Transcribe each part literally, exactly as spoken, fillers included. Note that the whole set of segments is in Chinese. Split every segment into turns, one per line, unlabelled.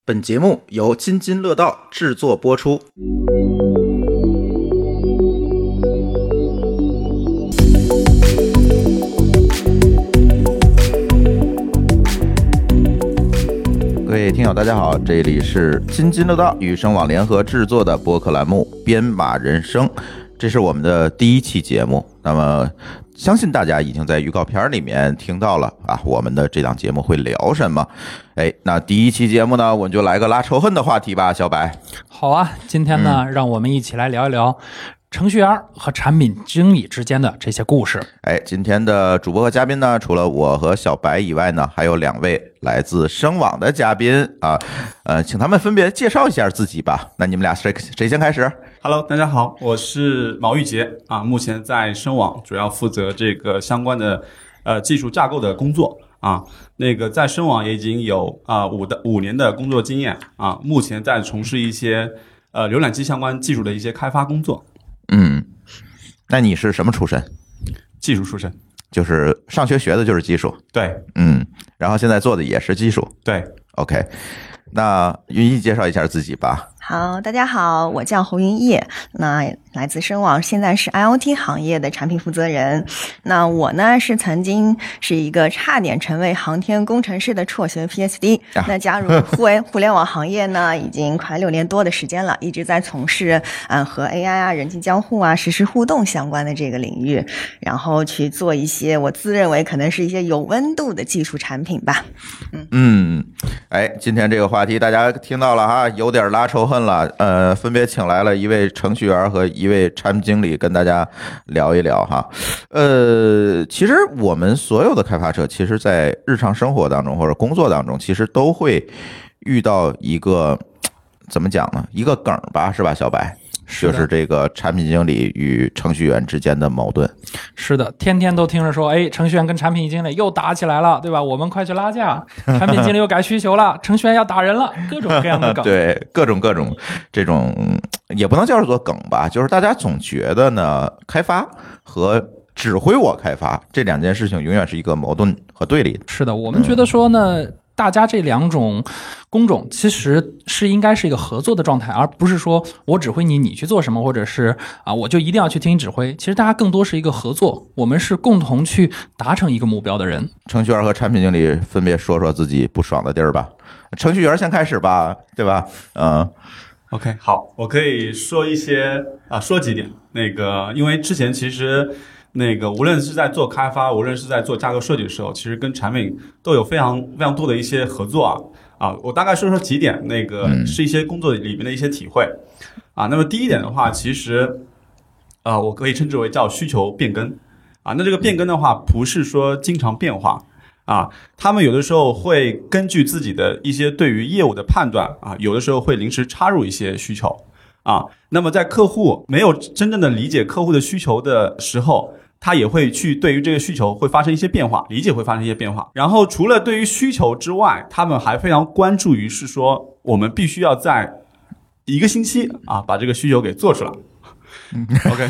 本节目由津津乐道制作播出。各位听友大家好，这里是津津乐道与声网联合制作的播客栏目编码人生，这是我们的第一期节目。那么相信大家已经在预告片里面听到了啊，我们的这档节目会聊什么。哎，那第一期节目呢，我们就来个拉仇恨的话题吧，小白。
好啊，今天呢、嗯、让我们一起来聊一聊程序员和产品经理之间的这些故事。
哎，今天的主播和嘉宾呢，除了我和小白以外呢，还有两位来自声网的嘉宾啊，呃，请他们分别介绍一下自己吧。那你们俩谁谁先开始
？Hello， 大家好，我是毛玉杰啊，目前在声网主要负责这个相关的呃技术架构的工作啊。那个在声网也已经有啊五的五年的工作经验啊，目前在从事一些呃浏览器相关技术的一些开发工作。
嗯，那你是什么出身？
技术出身，
就是上学学的就是技术。
对，
嗯，然后现在做的也是技术。
对
，OK， 那云逸介绍一下自己吧。
好，大家好，我叫侯云逸，那来自声网，现在是 I O T 行业的产品负责人。那我呢是曾经是一个差点成为航天工程师的辍学 P S D，、啊、那加入互联互联网行业呢，已经快六年多的时间了，一直在从事嗯和 A I 啊、人机交互啊、实时互动相关的这个领域，然后去做一些我自认为可能是一些有温度的技术产品吧。嗯
嗯，哎，今天这个话题大家听到了哈，有点拉仇恨了，呃，分别请来了一位程序员和一位产品经理跟大家聊一聊哈。呃，其实我们所有的开发者，其实在日常生活当中或者工作当中，其实都会遇到一个怎么讲呢？一个梗吧，是吧，小白？就是这个产品经理与程序员之间的矛盾。
是的，天天都听着说，哎，程序员跟产品经理又打起来了，对吧？我们快去拉架。产品经理又改需求了，程序员要打人了，各种各样的梗。
对，各种各种这种也不能叫做梗吧，就是大家总觉得呢，开发和指挥我开发这两件事情永远是一个矛盾和对立的。
是的，我们觉得说呢。嗯，大家这两种工种其实是应该是一个合作的状态，而不是说我指挥你，你去做什么，或者是啊我就一定要去听你指挥。其实大家更多是一个合作，我们是共同去达成一个目标的人。
程序员和产品经理分别说说自己不爽的地儿吧。程序员先开始吧，对吧？嗯
，OK， 好，我可以说一些啊，说几点。那个，因为之前其实。那个无论是在做开发，无论是在做架构设计的时候，其实跟产品都有非常非常多的一些合作啊啊，我大概说说几点，那个是一些工作里面的一些体会啊。那么第一点的话，其实啊，我可以称之为叫需求变更啊。那这个变更的话，不是说经常变化啊，他们有的时候会根据自己的一些对于业务的判断啊，有的时候会临时插入一些需求啊。那么在客户没有真正的理解客户的需求的时候，他也会去对于这个需求会发生一些变化，理解会发生一些变化。然后除了对于需求之外，他们还非常关注于是说，我们必须要在一个星期啊把这个需求给做出来。OK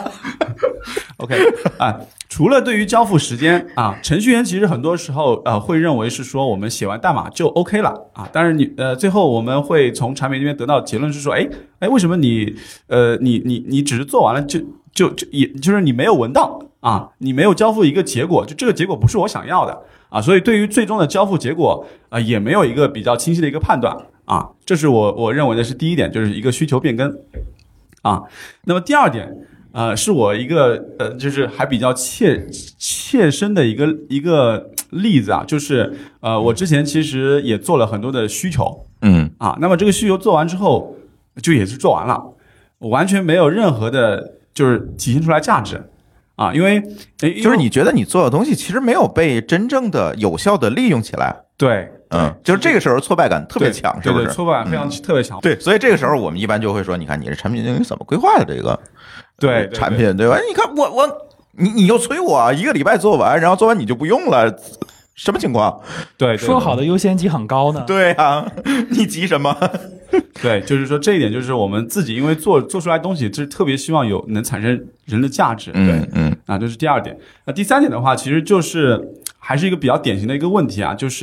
OK 啊，除了对于交付时间啊，程序员其实很多时候呃会认为是说我们写完代码就 OK 了啊，但是你呃最后我们会从产品这边得到结论是说，哎哎为什么你呃你你你只是做完了就就就也就是你没有文档啊，你没有交付一个结果，就这个结果不是我想要的啊，所以对于最终的交付结果啊、呃、也没有一个比较清晰的一个判断啊，这是我我认为的是第一点，就是一个需求变更啊。那么第二点呃是我一个呃就是还比较切切身的一个一个例子啊，就是呃我之前其实也做了很多的需求，
嗯
啊，那么这个需求做完之后就也是做完了，我完全没有任何的就是体现出来价值啊，因为
就是你觉得你做的东西其实没有被真正的有效的利用起来。
对，
嗯，就是这个时候挫败感特别强，是不是？
对，挫败感非常、嗯、特别强。
对，所以这个时候我们一般就会说，你看你这产品经理怎么规划的这个
对
产品， 对, 对, 对吧？你看我我你你又催我一个礼拜做完，然后做完你就不用了。什么情况？
对，
说好的优先级很高呢？
对啊，你急什么？
对，就是说这一点，就是我们自己因为做做出来的东西，就是特别希望有能产生人的价值。对，
嗯嗯，
啊，这是第二点。那第三点的话，其实就是还是一个比较典型的一个问题啊，就是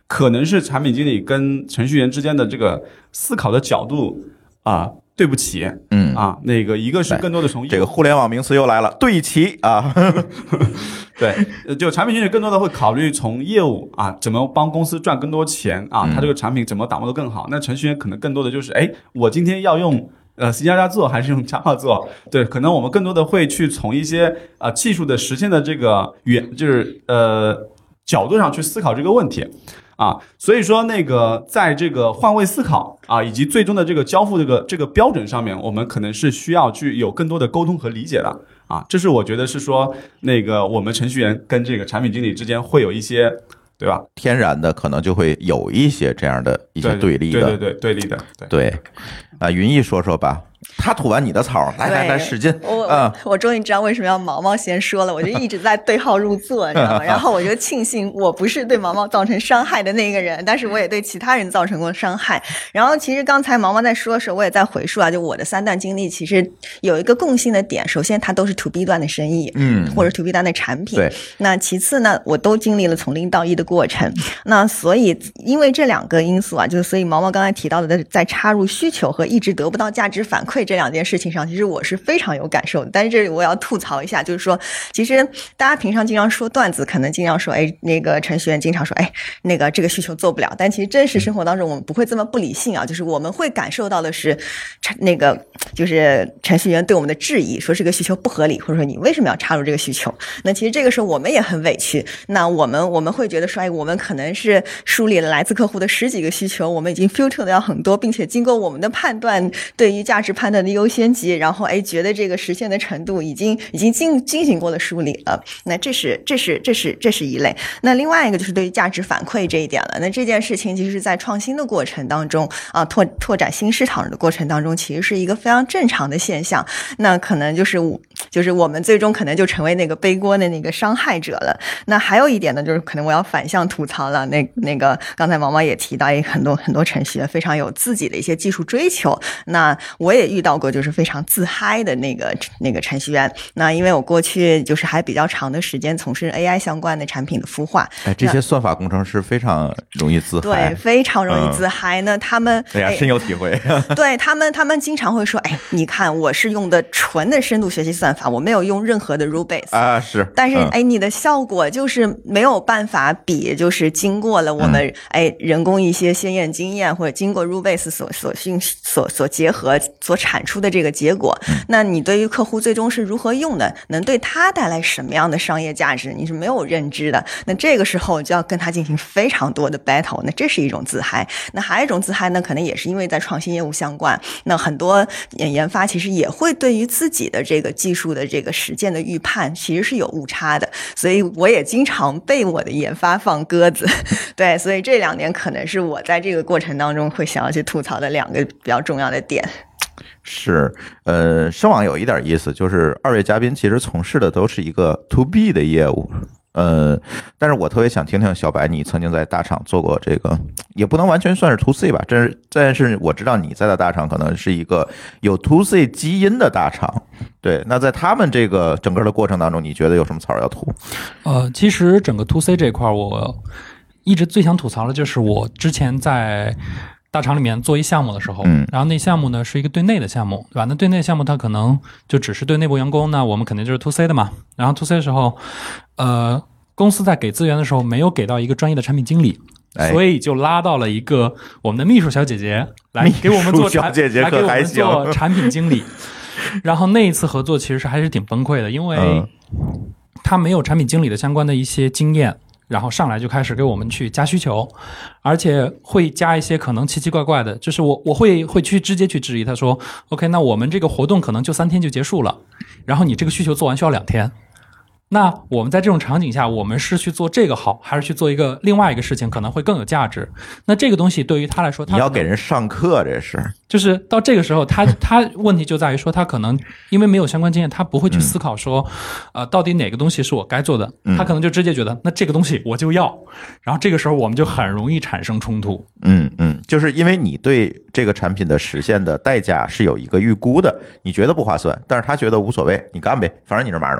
可能是产品经理跟程序员之间的这个思考的角度啊。对不起，
嗯
啊，那个一个是更多的从
这个互联网名词又来了，对齐啊，
对，就产品经理更多的会考虑从业务啊，怎么帮公司赚更多钱啊，他这个产品怎么打磨得更好。那程序员可能更多的就是，哎，我今天要用呃 C 加加做还是用 Java 做？对，可能我们更多的会去从一些呃技术的实现的这个远，就是呃角度上去思考这个问题。啊，所以说那个在这个换位思考啊，以及最终的这个交付这个这个标准上面，我们可能是需要去有更多的沟通和理解的啊。这是我觉得是说那个我们程序员跟这个产品经理之间会有一些，对吧？
天然的可能就会有一些这样的一些对立的，
对对对对立的，对
对啊，云逸说说吧。他吐完你的槽，来来来，使劲！
我、
嗯、
我我终于知道为什么要毛毛先说了，我就一直在对号入座，你知道吗？然后我就庆幸我不是对毛毛造成伤害的那个人，但是我也对其他人造成过伤害。然后其实刚才毛毛在说的时候，我也在回述啊，就我的三段经历其实有一个共性的点，首先它都是 to B 端的生意，
嗯，
或者 to B 端的产品。
对。
那其次呢，我都经历了从零到一的过程。那所以因为这两个因素啊，就是所以毛毛刚才提到的，在插入需求和一直得不到价值反馈这两件事情上，其实我是非常有感受的。但是这里我要吐槽一下，就是说其实大家平常经常说段子，可能经常说哎那个程序员经常说哎那个这个需求做不了，但其实真实生活当中我们不会这么不理性啊，就是我们会感受到的是那个就是程序员对我们的质疑，说这个需求不合理，或者说你为什么要插入这个需求。那其实这个时候我们也很委屈，那我们我们会觉得说哎我们可能是梳理了来自客户的十几个需求，我们已经 filter 掉很多，并且经过我们的判断，对于价值判断的优先级，然后哎觉得这个实现的程度已经已经进进行过了梳理了。那这是这是这是这是一类。那另外一个就是对于价值反馈这一点了。那这件事情其实在创新的过程当中啊，拓拓展新市场的过程当中，其实是一个非常正常的现象。那可能就是就是我们最终可能就成为那个背锅的那个伤害者了。那还有一点呢，就是可能我要反向吐槽了。那那个刚才毛毛也提到，很多很多程序员非常有自己的一些技术追求。那我也遇到过就是非常自嗨的那个那个程序员。那因为我过去就是还比较长的时间从事 A I 相关的产品的孵化，
哎，这些算法工程师非常容易自嗨，
对，非常容易自嗨。嗯、那他们
哎呀，深有体会。
对他们，他们经常会说：“哎，你看，我是用的纯的深度学习算法，我没有用任何的 rule base
啊，是。
但是，
嗯、
哎，你的效果就是没有办法比，就是经过了我们、嗯、哎人工一些先验经验，或者经过 rule base 所所训所所结合所产出的这个结果。嗯、那你对于客户最终是如何用的，能对他带来什么样的商业价值，你是没有认知的。那这个时候就要跟他进行非常多的 battle， 那这是一种自嗨。那还有一种自嗨呢，可能也是因为在创新业务相关，那很多研发其实也会对于自己的这个技术的这个实践的预判其实是有误差的，所以我也经常被我的研发放鸽子。对，所以这两点可能是我在这个过程当中会想要去吐槽的两个比较重要的点。
是，呃，深网有一点意思，就是二位嘉宾其实从事的都是一个 to B 的业务，呃，但是我特别想听听小白，你曾经在大厂做过这个，也不能完全算是 to C 吧，但是但是我知道你在的大厂可能是一个有 to C 基因的大厂，对，那在他们这个整个的过程当中，你觉得有什么槽要吐？
呃，其实整个 to C 这一块，我一直最想吐槽的就是我之前在大厂里面做一项目的时候，
嗯，
然后那项目呢是一个对内的项目，对吧？那对内项目它可能就只是对内部员工，那我们肯定就是 to C 的嘛。然后 to C 的时候，呃，公司在给资源的时候没有给到一个专业的产品经理，
哎、
所以就拉到了一个我们的秘书小姐姐来给我们做产，
姐姐
来给我们做产品经理。然后那一次合作其实还是挺崩溃的，因为他没有产品经理的相关的一些经验。然后上来就开始给我们去加需求，而且会加一些可能奇奇怪怪的，就是我我会会去直接去质疑他说 OK 那我们这个活动可能就三天就结束了，然后你这个需求做完需要两天，那我们在这种场景下，我们是去做这个好，还是去做一个另外一个事情可能会更有价值？那这个东西对于他来说，他
你要给人上课，这是
就是到这个时候，他他问题就在于说，他可能因为没有相关经验，他不会去思考说，嗯、呃，到底哪个东西是我该做的，他可能就直接觉得那这个东西我就要，然后这个时候我们就很容易产生冲突。
嗯嗯，就是因为你对这个产品的实现的代价是有一个预估的，你觉得不划算，但是他觉得无所谓，你干呗，反正你是码农。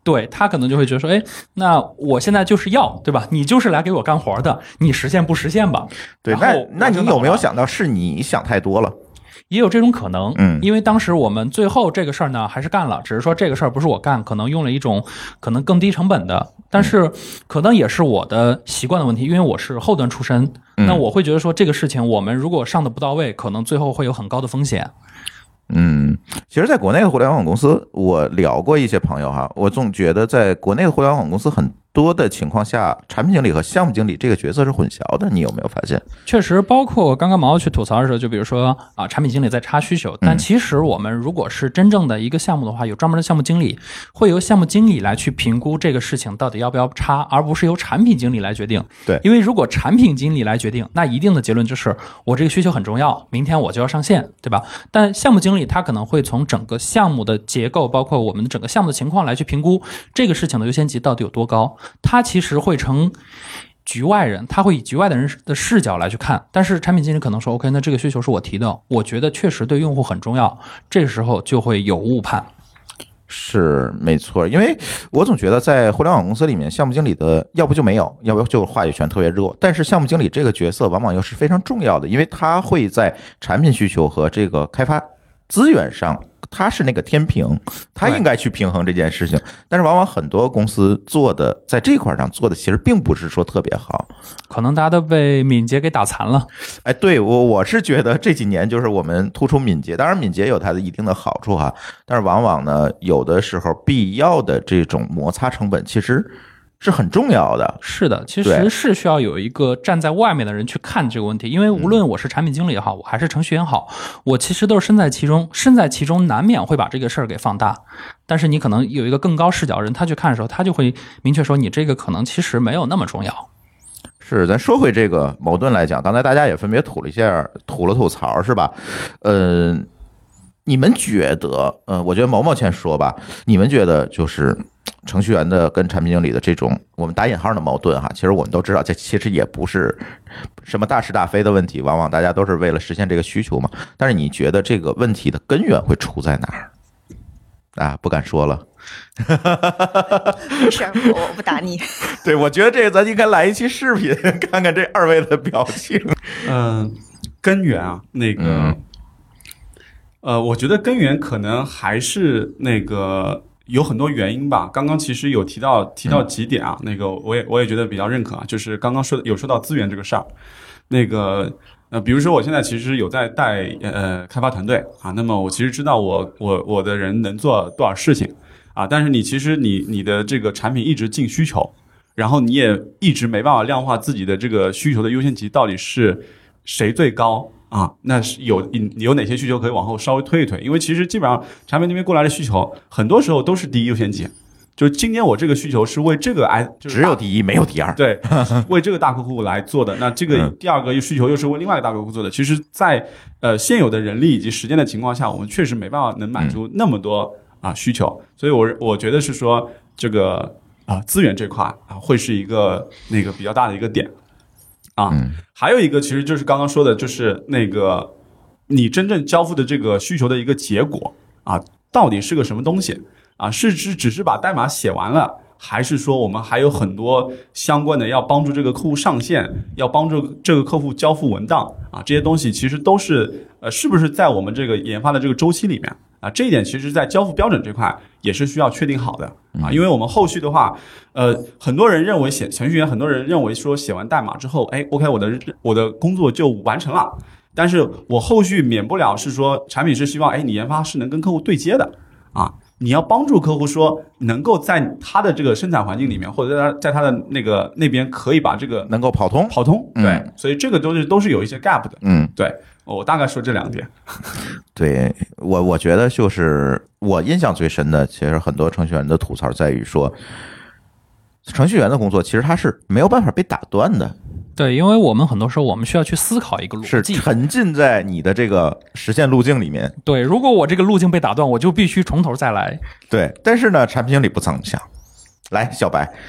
对他可能就会觉得说，哎，那我现在就是要，对吧？你就是来给我干活的，你实现不实现吧？
对，那那你有没有想到是你想太多了？
也有这种可能，
嗯，
因为当时我们最后这个事儿呢还是干了，只是说这个事儿不是我干，可能用了一种可能更低成本的，但是可能也是我的习惯的问题，因为我是后端出身，那我会觉得说这个事情我们如果上的不到位，可能最后会有很高的风险。
嗯，其实在国内的互联网公司，我聊过一些朋友哈，我总觉得在国内的互联网公司很多的情况下，产品经理和项目经理这个角色是混淆的，你有没有发现？
确实，包括刚刚毛去吐槽的时候，就比如说啊，产品经理在插需求，但其实我们如果是真正的一个项目的话，有专门的项目经理，会由项目经理来去评估这个事情到底要不要插，而不是由产品经理来决定。
对，
因为如果产品经理来决定，那一定的结论就是我这个需求很重要，明天我就要上线，对吧？但项目经理他可能会从整个项目的结构，包括我们的整个项目的情况来去评估这个事情的优先级到底有多高。他其实会成局外人，他会以局外的人的视角来去看，但是产品经理可能说 OK， 那这个需求是我提的，我觉得确实对用户很重要，这个时候就会有误判。
是没错，因为我总觉得在互联网公司里面，项目经理的要不就没有，要不就话语权特别弱。但是项目经理这个角色往往又是非常重要的，因为他会在产品需求和这个开发资源上，他是那个天平，他应该去平衡这件事情。但是往往很多公司做的在这块上做的其实并不是说特别好，
可能大家都被敏捷给打残了。
哎，对，我我是觉得这几年就是我们突出敏捷，当然敏捷有它的一定的好处哈，但是往往呢，有的时候必要的这种摩擦成本其实是很重要的。
是的，其实是需要有一个站在外面的人去看这个问题，因为无论我是产品经理也好，我还是程序员好，我其实都是身在其中，身在其中难免会把这个事儿给放大。但是你可能有一个更高视角的人，他去看的时候，他就会明确说你这个可能其实没有那么重要。
是，咱说回这个矛盾来讲，刚才大家也分别吐了一下，吐了吐槽，是吧？呃，你们觉得，呃，我觉得毛毛先说吧，你们觉得就是程序员的跟产品经理的这种我们打引号的矛盾哈，其实我们都知道，这其实也不是什么大是大非的问题，往往大家都是为了实现这个需求嘛。但是你觉得这个问题的根源会出在哪儿？啊，不敢说了。
没事，我不打你。
对，我觉得这个咱应该来一期视频，看看这二位的表情。
嗯、呃，根源啊，那个。
嗯
呃，我觉得根源可能还是那个有很多原因吧。刚刚其实有提到提到几点啊，那个我也我也觉得比较认可啊，就是刚刚说有说到资源这个事儿，那个呃，比如说我现在其实有在带呃开发团队啊，那么我其实知道我我我的人能做多少事情啊，但是你其实你你的这个产品一直进需求，然后你也一直没办法量化自己的这个需求的优先级到底是谁最高。啊，那是有有哪些需求可以往后稍微推一推？因为其实基本上产品那边过来的需求，很多时候都是第一优先级。就是今天我这个需求是为这个哎，就是
只有第一没有第二，
对，为这个大客户来做的。那这个第二个需求又是为另外一个大客户做的。其实在，呃现有的人力以及时间的情况下，我们确实没办法能满足那么多啊需求。所以我我觉得是说这个啊资源这块啊会是一个那个比较大的一个点。啊，还有一个其实就是刚刚说的，就是那个你真正交付的这个需求的一个结果啊，到底是个什么东西啊？是只只是把代码写完了，还是说我们还有很多相关的要帮助这个客户上线，要帮助这个客户交付文档啊？这些东西其实都是呃，是不是在我们这个研发的这个周期里面啊？这一点其实在交付标准这块也是需要确定好的啊，因为我们后续的话，呃，很多人认为写程序员，很多人认为说写完代码之后，哎 ，OK， 我的我的工作就完成了，但是我后续免不了是说，产品是希望，哎，你研发是能跟客户对接的啊，你要帮助客户说，能够在他的这个生产环境里面，或者在他在他的那个那边可以把这个
能够跑通
跑通，对，
嗯、
所以这个都是都是有一些 gap 的，
嗯，
对。我大概说这两点。
对，我我觉得就是我印象最深的，其实很多程序员的吐槽在于说，程序员的工作其实他是没有办法被打断的。
对，因为我们很多时候我们需要去思考一个逻辑，
是沉浸在你的这个实现路径里面。
对，如果我这个路径被打断，我就必须从头再来。
对，但是呢，产品经理不这么想。来，小白，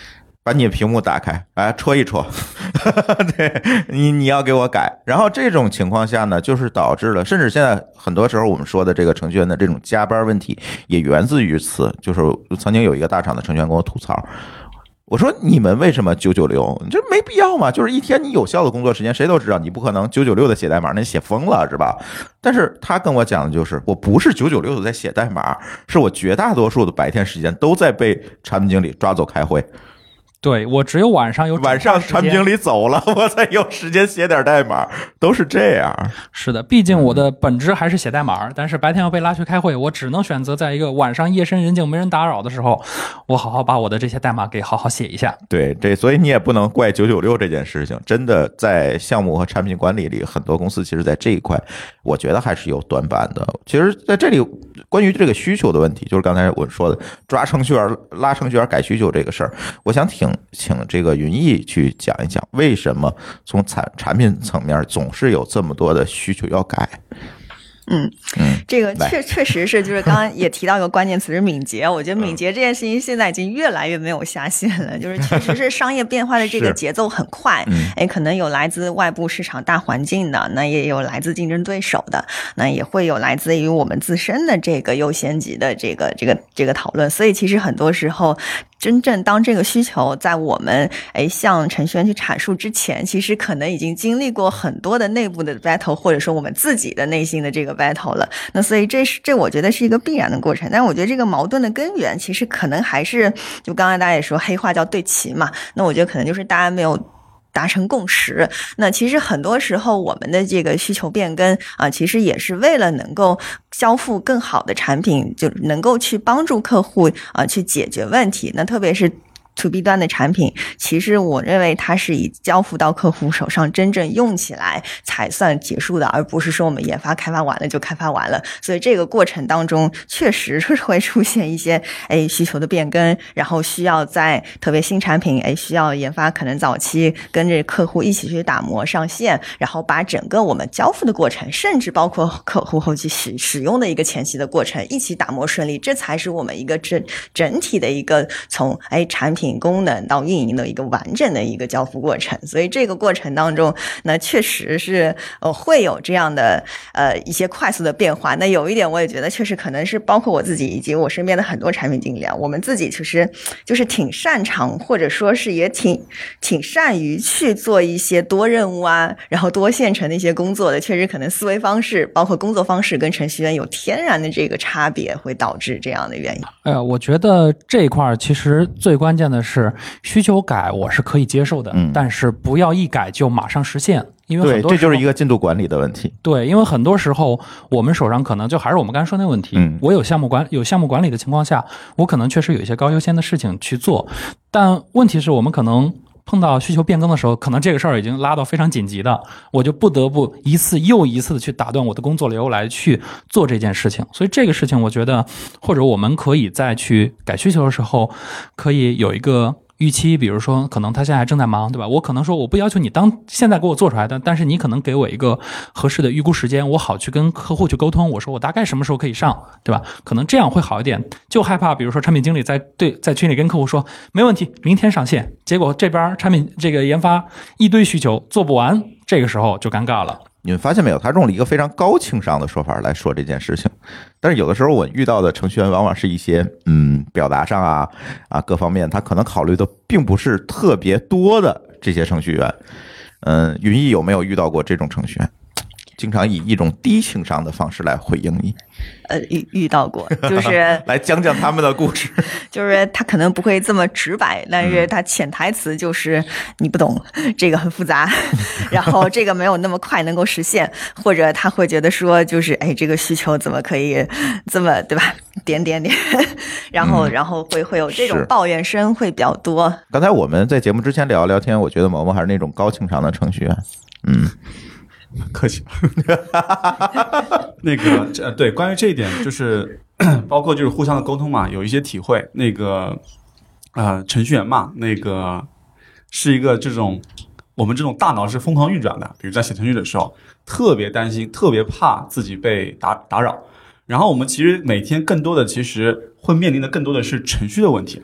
把你的屏幕打开，哎，戳一戳，对你你要给我改。然后这种情况下呢，就是导致了，甚至现在很多时候我们说的这个程序员的这种加班问题，也源自于此。就是曾经有一个大厂的程序员跟我吐槽，我说你们为什么九九六？这没必要嘛，就是一天你有效的工作时间，谁都知道你不可能九九六的写代码，那写疯了是吧？但是他跟我讲的就是，我不是九九六的在写代码，是我绝大多数的白天时间都在被产品经理抓走开会。
对，我只有晚上有
晚上产品经理走了，我才有时间写点代码，都是这样。
是的，毕竟我的本质还是写代码，但是白天要被拉去开会，我只能选择在一个晚上夜深人静没人打扰的时候，我好好把我的这些代码给好好写一下。
对，这所以你也不能怪九九六这件事情，真的在项目和产品管理里，很多公司其实在这一块，我觉得还是有短板的。其实在这里，关于这个需求的问题，就是刚才我说的抓程序员、拉程序员改需求这个事儿，我想挺。请这个云逸去讲一讲，为什么从产产品层面总是有这么多的需求要改？
嗯嗯，这个确确实是，就是刚刚也提到一个关键词是敏捷。我觉得敏捷这件事情现在已经越来越没有下限了，就是确实是商业变化的这个节奏很快。哎，可能有来自外部市场大环境的，那也有来自竞争对手的，那也会有来自于我们自身的这个优先级的这个这个这个讨论。所以其实很多时候，真正当这个需求在我们哎向程序员去阐述之前，其实可能已经经历过很多的内部的 battle， 或者说我们自己的内心的这个 battle 了。那所以这是这我觉得是一个必然的过程。但我觉得这个矛盾的根源其实可能还是就刚才大家也说黑话叫对齐嘛，那我觉得可能就是大家没有达成共识。那其实很多时候我们的这个需求变更啊，其实也是为了能够交付更好的产品，就能够去帮助客户啊去解决问题。那特别是to B 端的产品，其实我认为它是以交付到客户手上真正用起来才算结束的，而不是说我们研发开发完了就开发完了。所以这个过程当中确实是会出现一些哎需求的变更，然后需要在特别新产品哎需要研发可能早期跟着客户一起去打磨上线，然后把整个我们交付的过程，甚至包括客户后期使使用的一个前期的过程一起打磨顺利，这才是我们一个整整体的一个从哎产品功能到运营的一个完整的一个交付过程。所以这个过程当中那确实是呃会有这样的呃一些快速的变化。那有一点我也觉得确实可能是包括我自己以及我身边的很多产品经理啊，我们自己其实就是挺擅长或者说是也挺挺善于去做一些多任务啊然后多线程的一些工作的，确实可能思维方式包括工作方式跟程序员有天然的这个差别，会导致这样的原因。
哎呀，我觉得这一块其实最关键的是需求改我是可以接受的，嗯，但是不要一改就马上实现。因为很多
对，这就是一个进度管理的问题。
对，因为很多时候我们手上可能就还是我们刚才说那个问题，嗯，我有项目管有项目管理的情况下，我可能确实有一些高优先的事情去做，但问题是我们可能碰到需求变更的时候，可能这个事儿已经拉到非常紧急的，我就不得不一次又一次的去打断我的工作流来去做这件事情。所以这个事情我觉得，或者我们可以在去改需求的时候，可以有一个预期，比如说可能他现在还正在忙，对吧？我可能说我不要求你当现在给我做出来的，但是你可能给我一个合适的预估时间，我好去跟客户去沟通，我说我大概什么时候可以上，对吧？可能这样会好一点。就害怕比如说产品经理在对在群里跟客户说没问题明天上线，结果这边产品这个研发一堆需求做不完，这个时候就尴尬了。
你们发现没有，他用了一个非常高情商的说法来说这件事情，但是有的时候我遇到的程序员往往是一些嗯表达上啊啊各方面他可能考虑的并不是特别多的这些程序员。嗯，云逸有没有遇到过这种程序员经常以一种低情商的方式来回应你？
呃，遇遇到过，就是
来讲讲他们的故事。
就是他可能不会这么直白，但是他潜台词就是你不懂，这个很复杂，然后这个没有那么快能够实现，或者他会觉得说，就是哎，这个需求怎么可以这么对吧？点点点，然后然后会会有这种抱怨声会比较多。
刚才我们在节目之前聊聊天，我觉得萌萌还是那种高情商的程序员。嗯。
客气。那个呃，对，关于这一点，就是包括就是互相的沟通嘛，有一些体会。那个呃，程序员嘛，那个是一个这种我们这种大脑是疯狂运转的，比如在写程序的时候，特别担心，特别怕自己被打打扰。然后我们其实每天更多的其实会面临的更多的是程序的问题。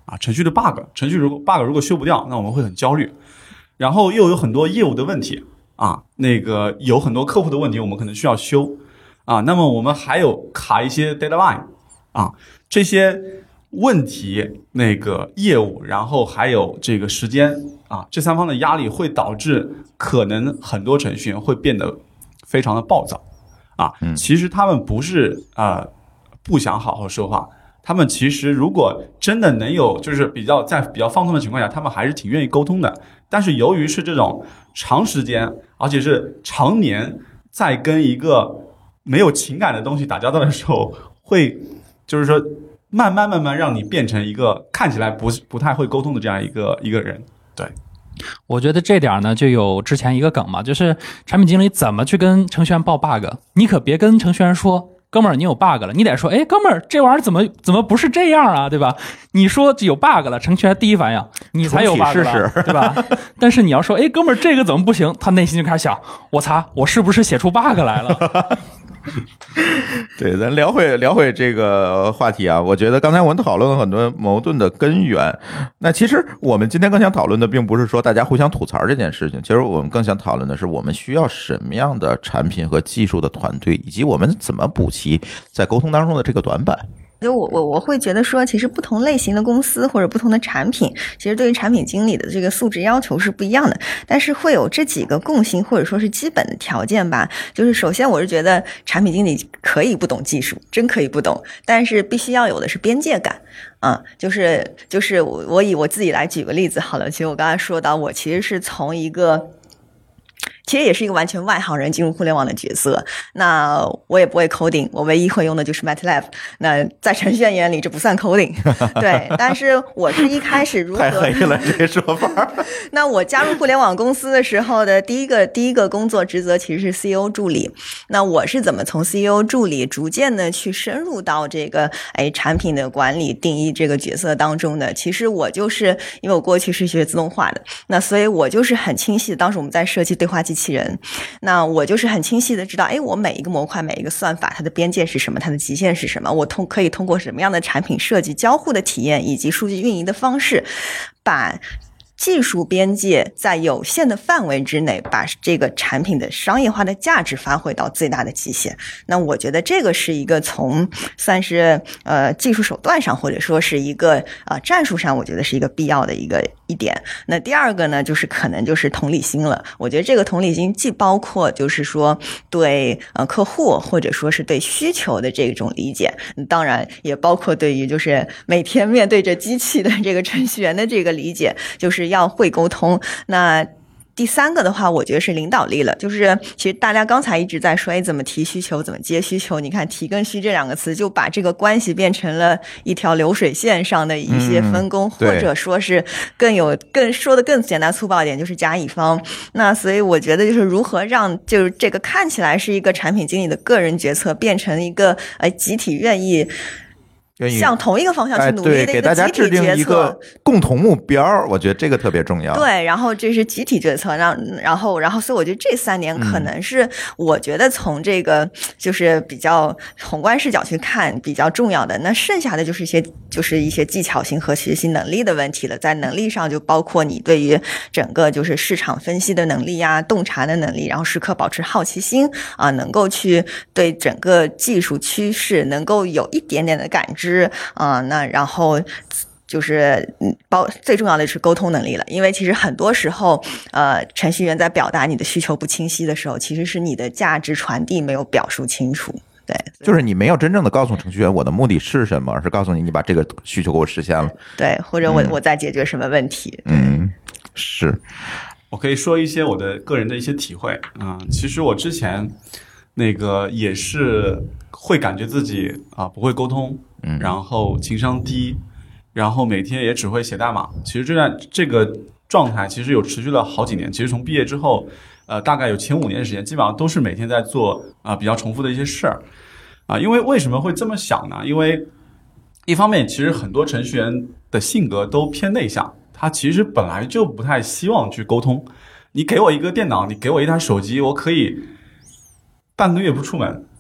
啊，程序的 bug， 程序如果 bug 如果修不掉，那我们会很焦虑。然后又有很多业务的问题啊，那个有很多客户的问题，我们可能需要修啊。那么我们还有卡一些 deadline 啊，这些问题、那个业务，然后还有这个时间啊，这三方的压力会导致可能很多程序员会变得非常的暴躁啊。其实他们不是呃不想好好说话。他们其实如果真的能有就是比较在比较放松的情况下，他们还是挺愿意沟通的。但是由于是这种长时间而且是常年在跟一个没有情感的东西打交道的时候，会就是说慢慢慢慢让你变成一个看起来不不太会沟通的这样一个一个人。对，
我觉得这点呢，就有之前一个梗嘛，就是产品经理怎么去跟程序员报 bug， 你可别跟程序员说哥们儿，你有 bug 了，你得说，哎，哥们儿，这玩意儿怎么怎么不是这样啊，对吧？你说有 bug 了，程序员第一反应你才有 bug 了，
试试
对吧？但是你要说，哎，哥们儿，这个怎么不行？他内心就开始想，我擦，我是不是写出 bug 来了？
对，咱聊回聊回这个话题啊。我觉得刚才我们讨论了很多矛盾的根源。那其实我们今天更想讨论的，并不是说大家互相吐槽这件事情，其实我们更想讨论的是，我们需要什么样的产品和技术的团队，以及我们怎么补齐在沟通当中的这个短板。
就我我我会觉得说，其实不同类型的公司或者不同的产品，其实对于产品经理的这个素质要求是不一样的，但是会有这几个共性或者说是基本的条件吧。就是首先，我是觉得产品经理可以不懂技术，真可以不懂，但是必须要有的是边界感。啊、嗯，就是就是我我以我自己来举个例子好了。其实我刚才说到，我其实是从一个。其实也是一个完全外行人进入互联网的角色，那我也不会 coding， 我唯一会用的就是 MATLAB， 那在程序员眼里这不算 coding， 对，但是我是一开始如何
太黑了这个说法。
那我加入互联网公司的时候的第一个第一个工作职责其实是 C E O 助理，那我是怎么从 C E O 助理逐渐的去深入到这个哎产品的管理定义这个角色当中的？其实我就是因为我过去是学自动化的，那所以我就是很清晰的，当时我们在设计对话机器人，那我就是很清晰的知道，哎，我每一个模块每一个算法它的边界是什么，它的极限是什么，我通可以通过什么样的产品设计交互的体验以及数据运营的方式，把技术边界在有限的范围之内，把这个产品的商业化的价值发挥到最大的极限。那我觉得这个是一个从算是呃技术手段上，或者说是一个呃战术上，我觉得是一个必要的一个一点。那第二个呢，就是可能就是同理心了。我觉得这个同理心既包括就是说对呃客户或者说是对需求的这种理解，当然也包括对于就是每天面对着机器的这个程序员的这个理解，就是要会沟通。那第三个的话，我觉得是领导力了，就是其实大家刚才一直在说，哎，怎么提需求，怎么接需求？你看提跟需这两个词，就把这个关系变成了一条流水线上的一些分工，嗯、或者说是更有更说的更简单粗暴一点，就是甲乙方。那所以我觉得就是如何让就是这个看起来是一个产品经理的个人决策，变成一个呃集体愿意。向同一个方向去努力的一个集体决策，
哎、对，给大家制定一个共同目标，我觉得这个特别重要。
对，然后这是集体决策，然后然后然后，所以我觉得这三年可能是我觉得从这个就是比较宏观视角去看比较重要的。那剩下的就是一些就是一些技巧性和学习能力的问题了。在能力上，就包括你对于整个就是市场分析的能力呀、洞察的能力，然后时刻保持好奇心啊，能够去对整个技术趋势能够有一点点的感知。啊、呃，那然后就是包最重要的是沟通能力了，因为其实很多时候，呃，程序员在表达你的需求不清晰的时候，其实是你的价值传递没有表述清楚。对，
就是你没有真正的告诉程序员我的目的是什么，而是告诉你你把这个需求给我实现了。
对，或者我、
嗯、
我在解决什么问题。
嗯，是。
我可以说一些我的个人的一些体会啊、嗯，其实我之前那个也是会感觉自己啊不会沟通。嗯，然后情商低，然后每天也只会写代码。其实这段这个状态其实有持续了好几年。其实从毕业之后，呃，大概有前五年的时间，基本上都是每天在做啊、呃、比较重复的一些事儿啊。因为为什么会这么想呢？因为一方面，其实很多程序员的性格都偏内向，他其实本来就不太希望去沟通。你给我一个电脑，你给我一台手机，我可以半个月不出门。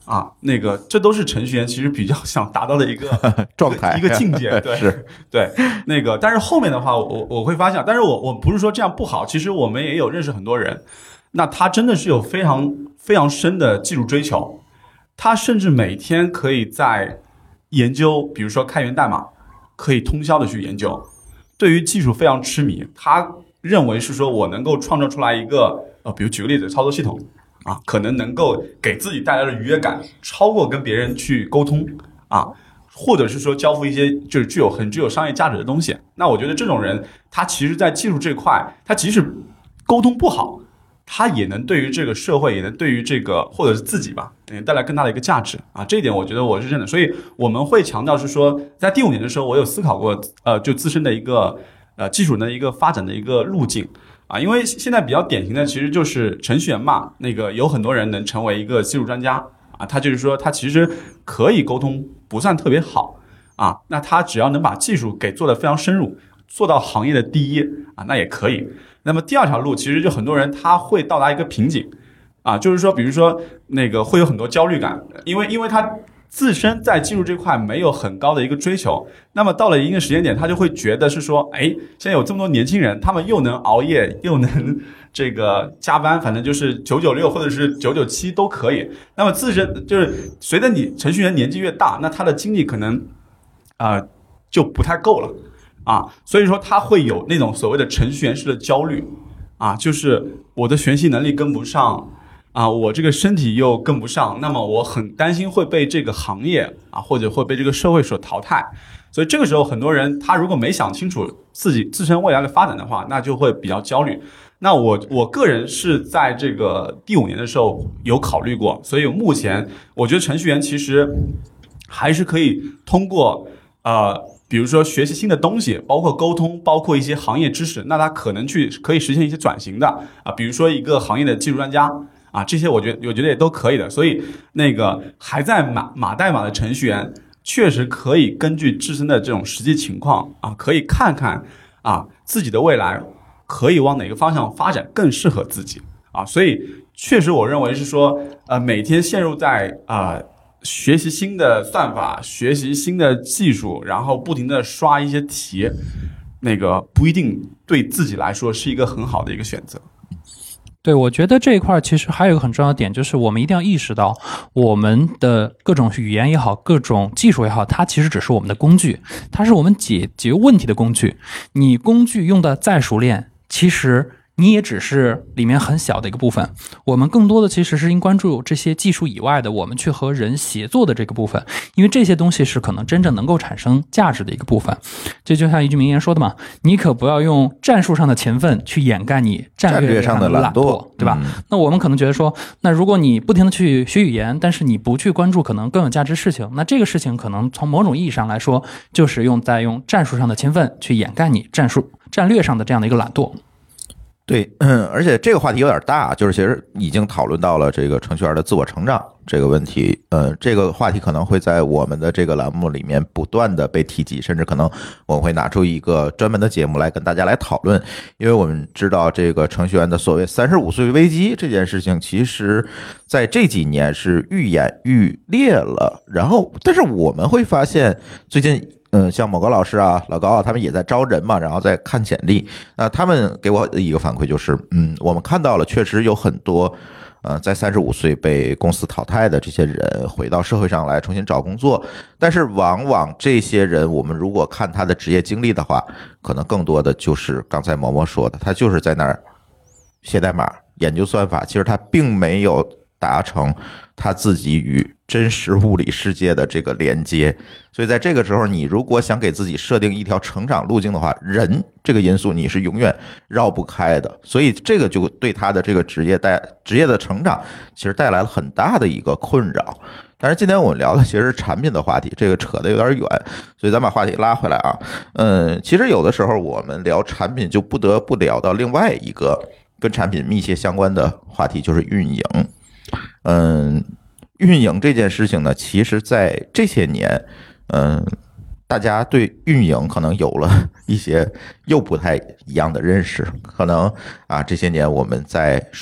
啊，那个这都是程序员其实比较想达到的一个
状态
一个境界，对，
是，
对，那个，但是后面的话，我我会发现，但是我我不是说这样不好，其实我们也有认识很多人，那他真的是有非常非常深的技术追求，他甚至每天可以在研究，比如说开源代码，可以通宵的去研究，对于技术非常痴迷，他认为是说我能够创造出来一个呃，比如举个例子，操作系统。啊，可能能够给自己带来的愉悦感超过跟别人去沟通啊，或者是说交付一些就是具有很具有商业价值的东西。那我觉得这种人，他其实在技术这块，他即使沟通不好，他也能对于这个社会，也能对于这个或者是自己吧，嗯，带来更大的一个价值啊。这一点我觉得我是认的，所以我们会强调是说，在第五年的时候，我有思考过，呃，就自身的一个呃技术的一个发展的一个路径。啊，因为现在比较典型的其实就是程序员嘛，那个有很多人能成为一个技术专家啊，他就是说他其实可以沟通不算特别好啊，那他只要能把技术给做得非常深入，做到行业的第一啊，那也可以。那么第二条路其实就很多人他会到达一个瓶颈啊，就是说比如说那个会有很多焦虑感，因为因为他自身在技术这块没有很高的一个追求，那么到了一定时间点，他就会觉得是说，哎，现在有这么多年轻人，他们又能熬夜，又能这个加班，反正就是九九六或者是九九七都可以。那么自身就是随着你程序员年纪越大，那他的精力可能啊、呃、就不太够了啊，所以说他会有那种所谓的程序员式的焦虑啊，就是我的学习能力跟不上。啊，我这个身体又跟不上，那么我很担心会被这个行业啊，或者会被这个社会所淘汰。所以这个时候，很多人他如果没想清楚自己自身未来的发展的话，那就会比较焦虑。那我我个人是在这个第五年的时候有考虑过，所以目前我觉得程序员其实还是可以通过呃。比如说学习新的东西，包括沟通，包括一些行业知识，那他可能去可以实现一些转型的啊，比如说一个行业的技术专家啊，这些我觉得我觉得也都可以的。所以那个还在码码代码的程序员，确实可以根据自身的这种实际情况啊，可以看看啊自己的未来可以往哪个方向发展更适合自己啊。所以确实我认为是说，呃，每天陷入在啊。呃学习新的算法，学习新的技术，然后不停的刷一些题，那个不一定对自己来说是一个很好的一个选择。
对，我觉得这一块其实还有一个很重要的点，就是我们一定要意识到，我们的各种语言也好，各种技术也好，它其实只是我们的工具，它是我们解决问题的工具。你工具用的再熟练，其实你也只是里面很小的一个部分，我们更多的其实是应关注这些技术以外的，我们去和人协作的这个部分，因为这些东西是可能真正能够产生价值的一个部分。这就像一句名言说的嘛，你可不要用战术上的勤奋去掩盖你战略上的懒惰，对吧？嗯、那我们可能觉得说，那如果你不停的去学语言，但是你不去关注可能更有价值事情，那这个事情可能从某种意义上来说，就是用在用战术上的勤奋去掩盖你战术战略上的这样的一个懒惰。
对，嗯，而且这个话题有点大，就是其实已经讨论到了这个程序员的自我成长这个问题。呃，这个话题可能会在我们的这个栏目里面不断的被提及，甚至可能我们会拿出一个专门的节目来跟大家来讨论。因为我们知道这个程序员的所谓三十五岁危机这件事情，其实在这几年是愈演愈烈了。然后，但是我们会发现最近。嗯，像某个老师啊、老高啊，他们也在招人嘛，然后在看简历。那他们给我一个反馈就是，嗯，我们看到了，确实有很多，呃，在三十五岁被公司淘汰的这些人回到社会上来重新找工作。但是往往这些人，我们如果看他的职业经历的话，可能更多的就是刚才毛毛说的，他就是在那儿写代码、研究算法，其实他并没有达成他自己与真实物理世界的这个连接。所以在这个时候，你如果想给自己设定一条成长路径的话，人这个因素你是永远绕不开的。所以这个就对他的这个职业带职业的成长其实带来了很大的一个困扰。但是今天我们聊的其实是产品的话题，这个扯得有点远，所以咱把话题拉回来啊。嗯，其实有的时候我们聊产品就不得不聊到另外一个跟产品密切相关的话题，就是运营。嗯，运营这件事情呢，其实在这些年，嗯，大家对运营可能有了一些又不太一样的认识。可能啊，这些年我们在说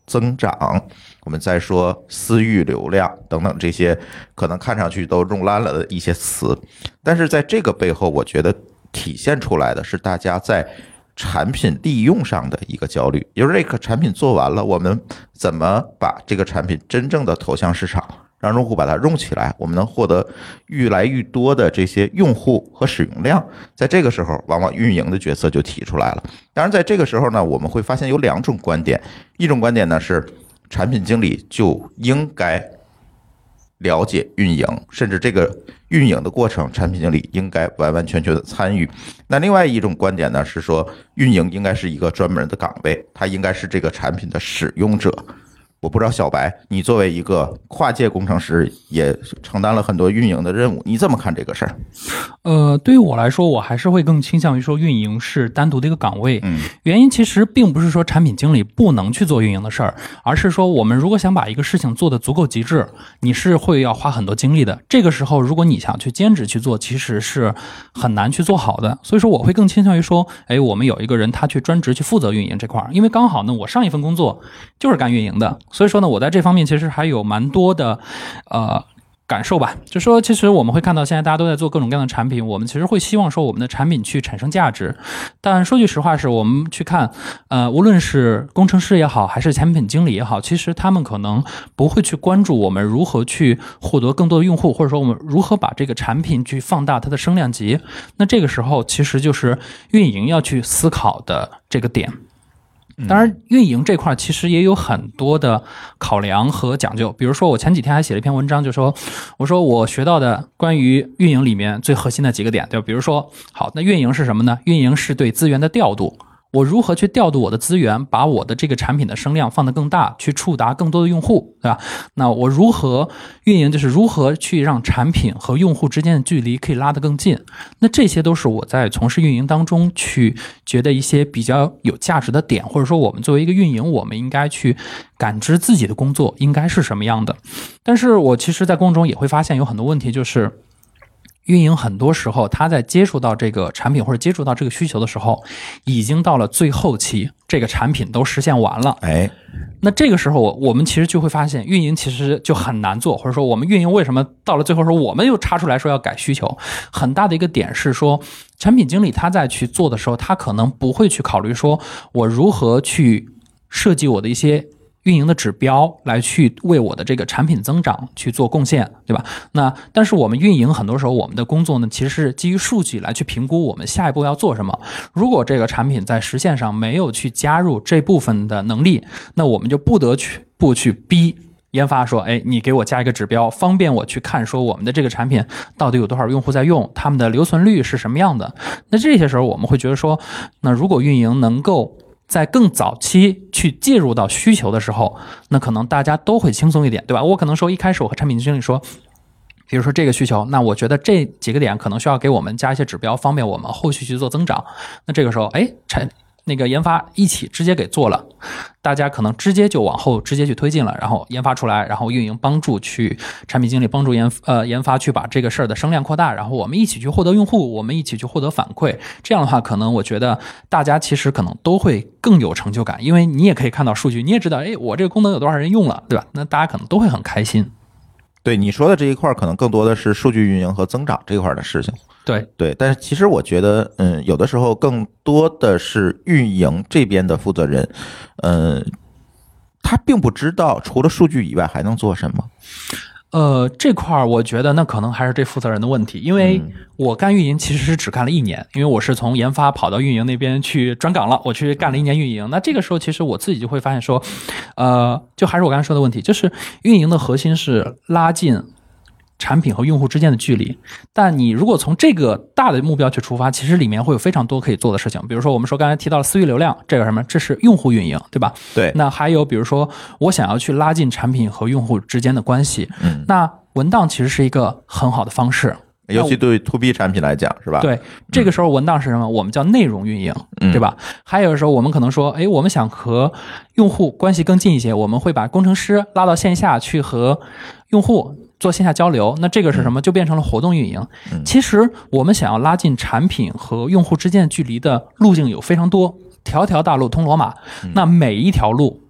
增长，我们再说私域流量等等这些可能看上去都用烂了的一些词，但是在这个背后，我觉得体现出来的是大家在产品利用上的一个焦虑，也就是这个产品做完了，我们怎么把这个产品真正的投向市场，让用户把它用起来，我们能获得越来越多的这些用户和使用量。在这个时候，往往运营的角色就提出来了。当然，在这个时候呢，我们会发现有两种观点，一种观点呢是产品经理就应该了解运营，甚至这个运营的过程，产品经理应该完完全全的参与。那另外一种观点呢是说，运营应该是一个专门的岗位，它应该是这个产品的使用者。我不知道小白，你作为一个跨界工程师，也承担了很多运营的任务，你怎么看这个事儿？
呃，对于我来说，我还是会更倾向于说运营是单独的一个岗位。
嗯，
原因其实并不是说产品经理不能去做运营的事儿，而是说我们如果想把一个事情做得足够极致，你是会要花很多精力的。这个时候，如果你想去兼职去做，其实是很难去做好的。所以说，我会更倾向于说，哎，我们有一个人他去专职去负责运营这块儿，因为刚好呢，我上一份工作就是干运营的。所以说呢，我在这方面其实还有蛮多的，呃，感受吧。就说其实我们会看到现在大家都在做各种各样的产品，我们其实会希望说我们的产品去产生价值。但说句实话是，我们去看，呃，无论是工程师也好，还是产品经理也好，其实他们可能不会去关注我们如何去获得更多的用户，或者说我们如何把这个产品去放大它的声量级。那这个时候其实就是运营要去思考的这个点。当然，运营这块其实也有很多的考量和讲究。比如说，我前几天还写了一篇文章，就说，我说我学到的关于运营里面最核心的几个点，对吧？比如说，好，那运营是什么呢？运营是对资源的调度。我如何去调度我的资源，把我的这个产品的声量放得更大，去触达更多的用户，对吧？那我如何运营，就是如何去让产品和用户之间的距离可以拉得更近。那这些都是我在从事运营当中去觉得一些比较有价值的点，或者说我们作为一个运营，我们应该去感知自己的工作应该是什么样的。但是我其实在工作中也会发现有很多问题，就是运营很多时候他在接触到这个产品或者接触到这个需求的时候，已经到了最后期，这个产品都实现完了。
哎，
那这个时候我们其实就会发现运营其实就很难做，或者说我们运营为什么到了最后说我们又插出来说要改需求，很大的一个点是说产品经理他在去做的时候，他可能不会去考虑说我如何去设计我的一些运营的指标来去为我的这个产品增长去做贡献，对吧？那但是我们运营很多时候我们的工作呢，其实是基于数据来去评估我们下一步要做什么。如果这个产品在实现上没有去加入这部分的能力，那我们就不得去不去逼研发说，哎，你给我加一个指标，方便我去看说我们的这个产品到底有多少用户在用，他们的留存率是什么样的。那这些时候我们会觉得说，那如果运营能够在更早期去介入到需求的时候，那可能大家都会轻松一点，对吧？我可能说一开始我和产品经理说，比如说这个需求，那我觉得这几个点可能需要给我们加一些指标，方便我们后续去做增长。那这个时候，哎，产那个研发一起直接给做了，大家可能直接就往后直接去推进了，然后研发出来，然后运营帮助去产品经理帮助研呃研发去把这个事儿的声量扩大，然后我们一起去获得用户，我们一起去获得反馈。这样的话，可能我觉得大家其实可能都会更有成就感，因为你也可以看到数据，你也知道，哎，我这个功能有多少人用了，对吧？那大家可能都会很开心。
对你说的这一块，可能更多的是数据运营和增长这块的事情。
对
对，但是其实我觉得，嗯，有的时候更多的是运营这边的负责人，嗯，他并不知道除了数据以外还能做什么。
呃，这块儿我觉得那可能还是这负责人的问题，因为我干运营其实是只干了一年，因为我是从研发跑到运营那边去转岗了，我去干了一年运营。那这个时候其实我自己就会发现说，呃，就还是我刚才说的问题，就是运营的核心是拉近产品和用户之间的距离，但你如果从这个大的目标去出发，其实里面会有非常多可以做的事情。比如说我们说刚才提到了私域流量，这个什么，这是用户运营，对吧？
对。
那还有比如说我想要去拉近产品和用户之间的关系，
嗯，
那文档其实是一个很好的方式。
尤其对 to B 产品来讲，是吧？
对，这个时候文档是什么？我们叫内容运营，对吧？还有的时候我们可能说，哎，我们想和用户关系更近一些，我们会把工程师拉到线下去和用户做线下交流，那这个是什么？就变成了活动运营。其实我们想要拉近产品和用户之间的距离的路径有非常多，条条大路通罗马，那每一条路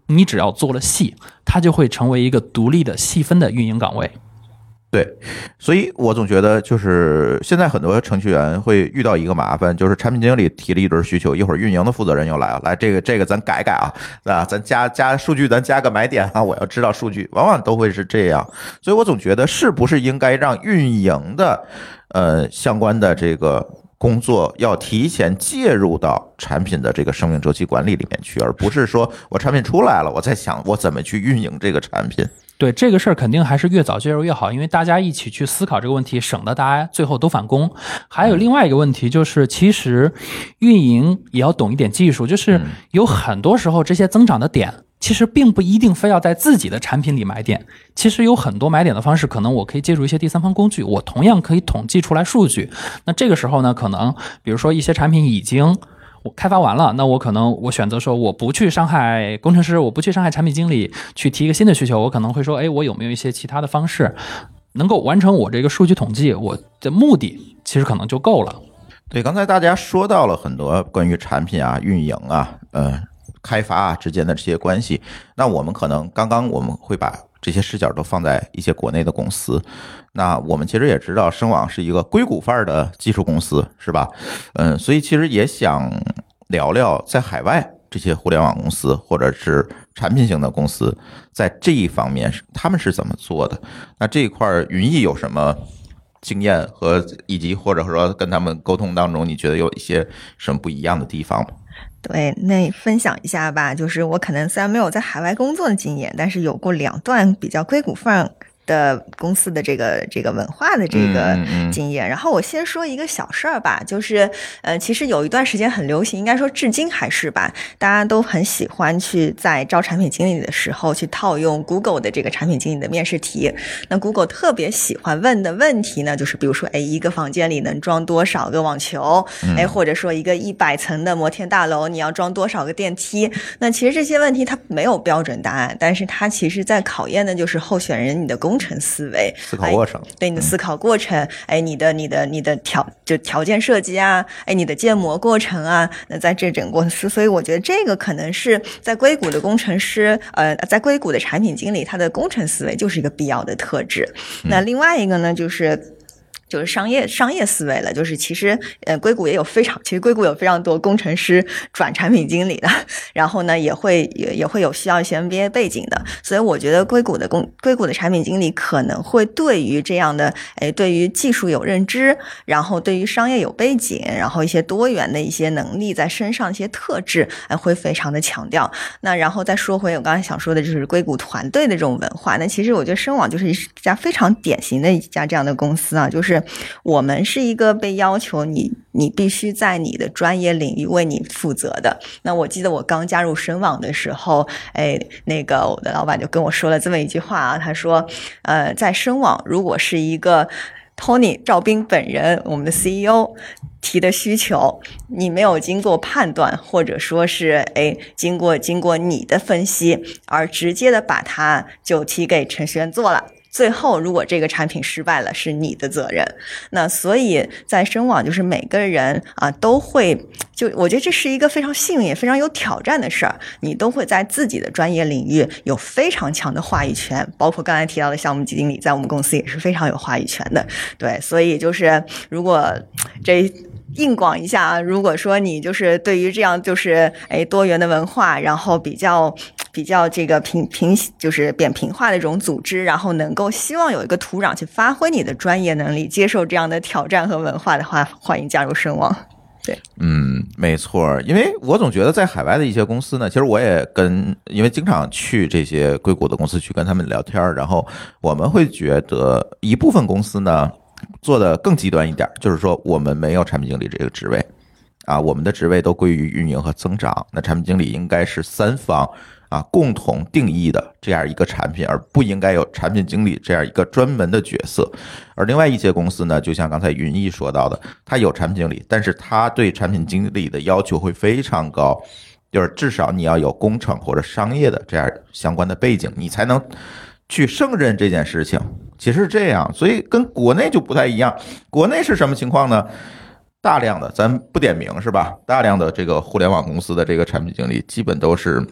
你只要做了细，它就会成为一个独立的细分的运营岗位。
对，所以我总觉得就是现在很多程序员会遇到一个麻烦，就是产品经理提了一轮需求，一会儿运营的负责人又来了，来这个这个咱改改啊，啊，咱加加数据，咱加个买点啊，我要知道数据，往往都会是这样。所以我总觉得是不是应该让运营的呃相关的这个工作要提前介入到产品的这个生命周期管理里面去，而不是说我产品出来了，我在想我怎么去运营这个产品。
对，这个事儿肯定还是越早介入越好，因为大家一起去思考这个问题，省得大家最后都返工。还有另外一个问题就是，其实运营也要懂一点技术，就是有很多时候这些增长的点其实并不一定非要在自己的产品里买点，其实有很多买点的方式，可能我可以借助一些第三方工具，我同样可以统计出来数据。那这个时候呢，可能比如说一些产品已经我开发完了，那我可能我选择说我不去伤害工程师，我不去伤害产品经理，去提一个新的需求，我可能会说，哎，我有没有一些其他的方式能够完成我这个数据统计，我的目的其实可能就够了。
对，刚才大家说到了很多关于产品啊、运营啊、呃、开发啊之间的这些关系，那我们可能刚刚我们会把这些视角都放在一些国内的公司。那我们其实也知道声网是一个硅谷范儿的技术公司，是吧？嗯，所以其实也想聊聊在海外这些互联网公司或者是产品型的公司在这一方面他们是怎么做的。那这一块云艺有什么经验和以及或者说跟他们沟通当中你觉得有一些什么不一样的地方吗？
对，那分享一下吧，就是我可能虽然没有在海外工作的经验，但是有过两段比较硅谷范的公司的这个这个文化的这个经验。然后我先说一个小事儿吧，就是呃，其实有一段时间很流行，应该说至今还是吧，大家都很喜欢去在招产品经理的时候去套用 Google 的这个产品经理的面试题。那 Google 特别喜欢问的问题呢，就是比如说，哎，一个房间里能装多少个网球？哎，或者说一个一百层的摩天大楼，你要装多少个电梯？那其实这些问题它没有标准答案，但是它其实在考验的就是候选人你的工程思维、
思考过程，
对你的思考过程，哎，你的你的你的条就条件设计啊，哎，你的建模过程啊，那在这整个公司，所以我觉得这个可能是在硅谷的工程师，呃，在硅谷的产品经理，他的工程思维就是一个必要的特质。那另外一个呢，就是就是商业商业思维了，就是其实呃硅谷也有非常，其实硅谷有非常多工程师转产品经理的，然后呢也会也也会有需要一些 M B A 背景的，所以我觉得硅谷的工硅谷的产品经理可能会对于这样的哎对于技术有认知，然后对于商业有背景，然后一些多元的一些能力在身上一些特质哎会非常的强调。那然后再说回我刚才想说的就是硅谷团队的这种文化，那其实我觉得声网就是一家非常典型的一家这样的公司啊，就是我们是一个被要求你你必须在你的专业领域为你负责的。那我记得我刚加入声网的时候，哎，那个我的老板就跟我说了这么一句话啊，他说，呃，在声网如果是一个 Tony 赵斌本人，我们的 C E O 提的需求，你没有经过判断，或者说是哎经过经过你的分析，而直接的把它就提给程序员做了。最后如果这个产品失败了是你的责任。那所以在声网就是每个人啊都会，就我觉得这是一个非常幸运也非常有挑战的事儿，你都会在自己的专业领域有非常强的话语权，包括刚才提到的项目经理在我们公司也是非常有话语权的。对，所以就是如果这硬广一下啊，如果说你就是对于这样就是哎多元的文化，然后比较比较这个平平就是扁平化的这种组织，然后能够希望有一个土壤去发挥你的专业能力，接受这样的挑战和文化的话，欢迎加入声网。对，
嗯，没错，因为我总觉得在海外的一些公司呢，其实我也跟，因为经常去这些硅谷的公司去跟他们聊天，然后我们会觉得一部分公司呢做的更极端一点，就是说我们没有产品经理这个职位啊，我们的职位都归于运营和增长，那产品经理应该是三方啊共同定义的这样一个产品，而不应该有产品经理这样一个专门的角色。而另外一些公司呢，就像刚才云艺说到的，他有产品经理，但是他对产品经理的要求会非常高，就是至少你要有工程或者商业的这样相关的背景，你才能去胜任这件事情。其实是这样，所以跟国内就不太一样。国内是什么情况呢？大量的咱不点名是吧，大量的这个互联网公司的这个产品经理基本都是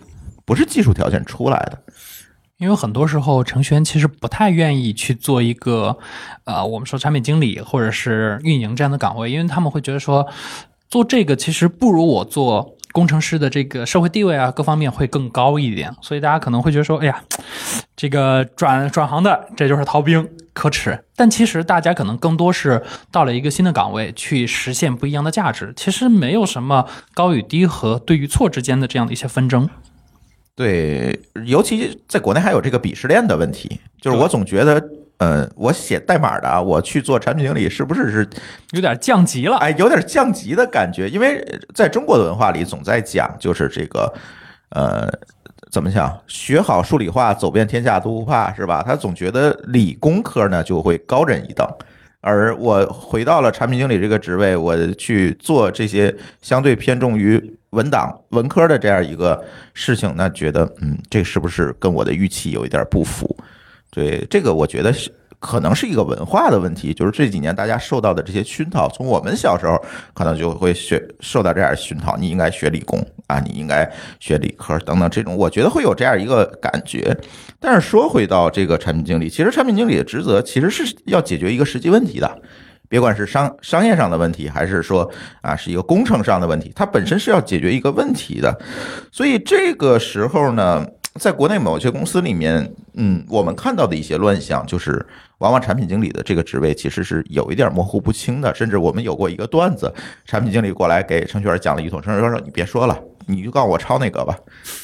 不是技术条件出来的。
因为很多时候程序员其实不太愿意去做一个呃我们说产品经理或者是运营这样的岗位，因为他们会觉得说做这个其实不如我做工程师的这个社会地位啊各方面会更高一点，所以大家可能会觉得说哎呀这个转转行的这就是逃兵可耻，但其实大家可能更多是到了一个新的岗位去实现不一样的价值，其实没有什么高与低和对与错之间的这样的一些纷争。
对，尤其在国内还有这个鄙视链的问题，就是我总觉得，呃，我写代码的啊，我去做产品经理，是不是是
有点降级了？
哎，有点降级的感觉。因为在中国的文化里，总在讲就是这个，呃，怎么讲，学好数理化，走遍天下都不怕，是吧？他总觉得理工科呢就会高人一等。而我回到了产品经理这个职位，我去做这些相对偏重于文档文科的这样一个事情，那觉得嗯，这是不是跟我的预期有一点不符？对，这个我觉得是可能是一个文化的问题，就是这几年大家受到的这些熏陶，从我们小时候可能就会学受到这样熏陶，你应该学理工啊，你应该学理科等等，这种我觉得会有这样一个感觉。但是说回到这个产品经理，其实产品经理的职责其实是要解决一个实际问题的，别管是商商业上的问题，还是说啊是一个工程上的问题，它本身是要解决一个问题的。所以这个时候呢，在国内某些公司里面，嗯，我们看到的一些乱象，就是往往产品经理的这个职位其实是有一点模糊不清的。甚至我们有过一个段子，产品经理过来给程序员讲了一通，程序员说：“你别说了，你就告诉我抄那个吧。”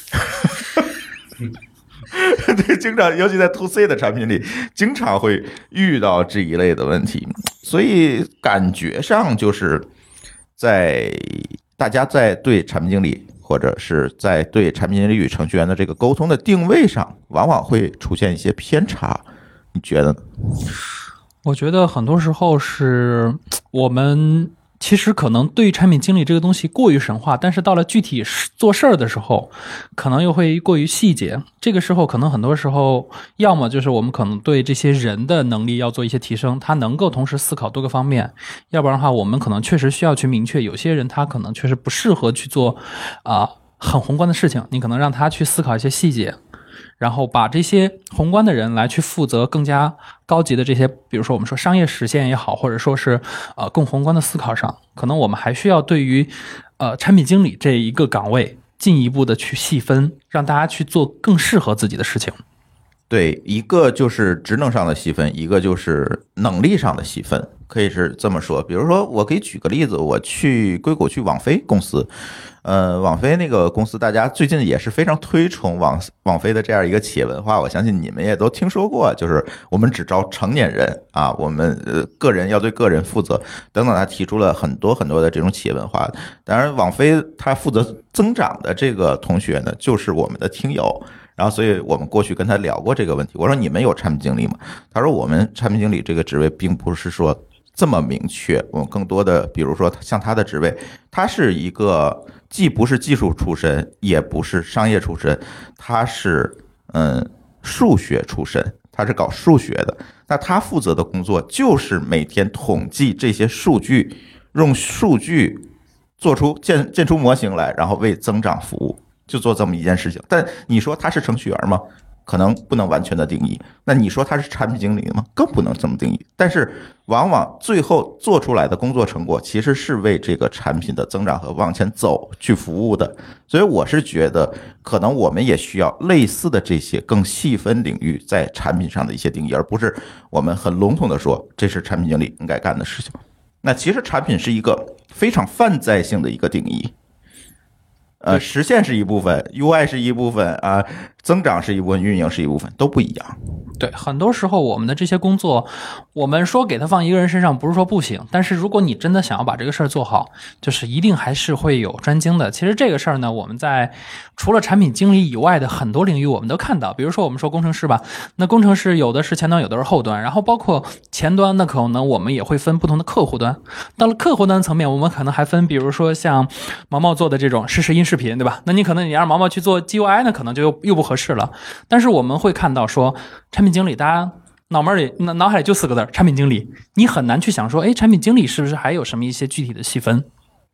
对，经常，尤其在 to C 的产品里，经常会遇到这一类的问题。所以感觉上就是在大家在对产品经理，或者是在对产品经理与程序员的这个沟通的定位上，往往会出现一些偏差。你觉得呢？
我觉得很多时候是我们其实可能对产品经理这个东西过于神话，但是到了具体做事儿的时候，可能又会过于细节。这个时候可能很多时候，要么就是我们可能对这些人的能力要做一些提升，他能够同时思考多个方面；要不然的话，我们可能确实需要去明确，有些人他可能确实不适合去做啊、呃、很宏观的事情，你可能让他去思考一些细节。然后把这些宏观的人来去负责更加高级的这些，比如说我们说商业实现也好，或者说是呃更宏观的思考上，可能我们还需要对于呃产品经理这一个岗位进一步的去细分，让大家去做更适合自己的事情。
对，一个就是职能上的细分，一个就是能力上的细分，可以是这么说。比如说，我可以举个例子，我去硅谷去网飞公司，呃，网飞那个公司，大家最近也是非常推崇网网飞的这样一个企业文化，我相信你们也都听说过，就是我们只招成年人啊，我们呃个人要对个人负责等等，他提出了很多很多的这种企业文化。当然，网飞他负责增长的这个同学呢，就是我们的听友。然后，所以我们过去跟他聊过这个问题。我说：“你们有产品经理吗？”他说：“我们产品经理这个职位并不是说这么明确，我们更多的，比如说像他的职位，他是一个既不是技术出身，也不是商业出身，他是嗯数学出身，他是搞数学的。那他负责的工作就是每天统计这些数据，用数据做出建建出模型来，然后为增长服务。”就做这么一件事情，但你说他是程序员吗？可能不能完全的定义。那你说他是产品经理吗？更不能这么定义。但是往往最后做出来的工作成果，其实是为这个产品的增长和往前走去服务的。所以我是觉得，可能我们也需要类似的这些更细分领域在产品上的一些定义，而不是我们很笼统的说这是产品经理应该干的事情。那其实产品是一个非常泛在性的一个定义。呃，实现是一部分 ，U I 是一部分啊，增长是一部分，运营是一部分，都不一样。
对，很多时候我们的这些工作，我们说给他放一个人身上，不是说不行，但是如果你真的想要把这个事儿做好，就是一定还是会有专精的。其实这个事儿呢，我们在除了产品经理以外的很多领域，我们都看到，比如说我们说工程师吧，那工程师有的是前端，有的是后端，然后包括前端，那可能我们也会分不同的客户端。到了客户端层面，我们可能还分，比如说像毛毛做的这种实时音视频，对吧？那你可能你让毛毛去做 G U I 呢，可能就又又不合适了。但是我们会看到说，产品经理，大家脑门里、脑海里就四个字：产品经理。你很难去想说，哎，产品经理是不是还有什么一些具体的细分？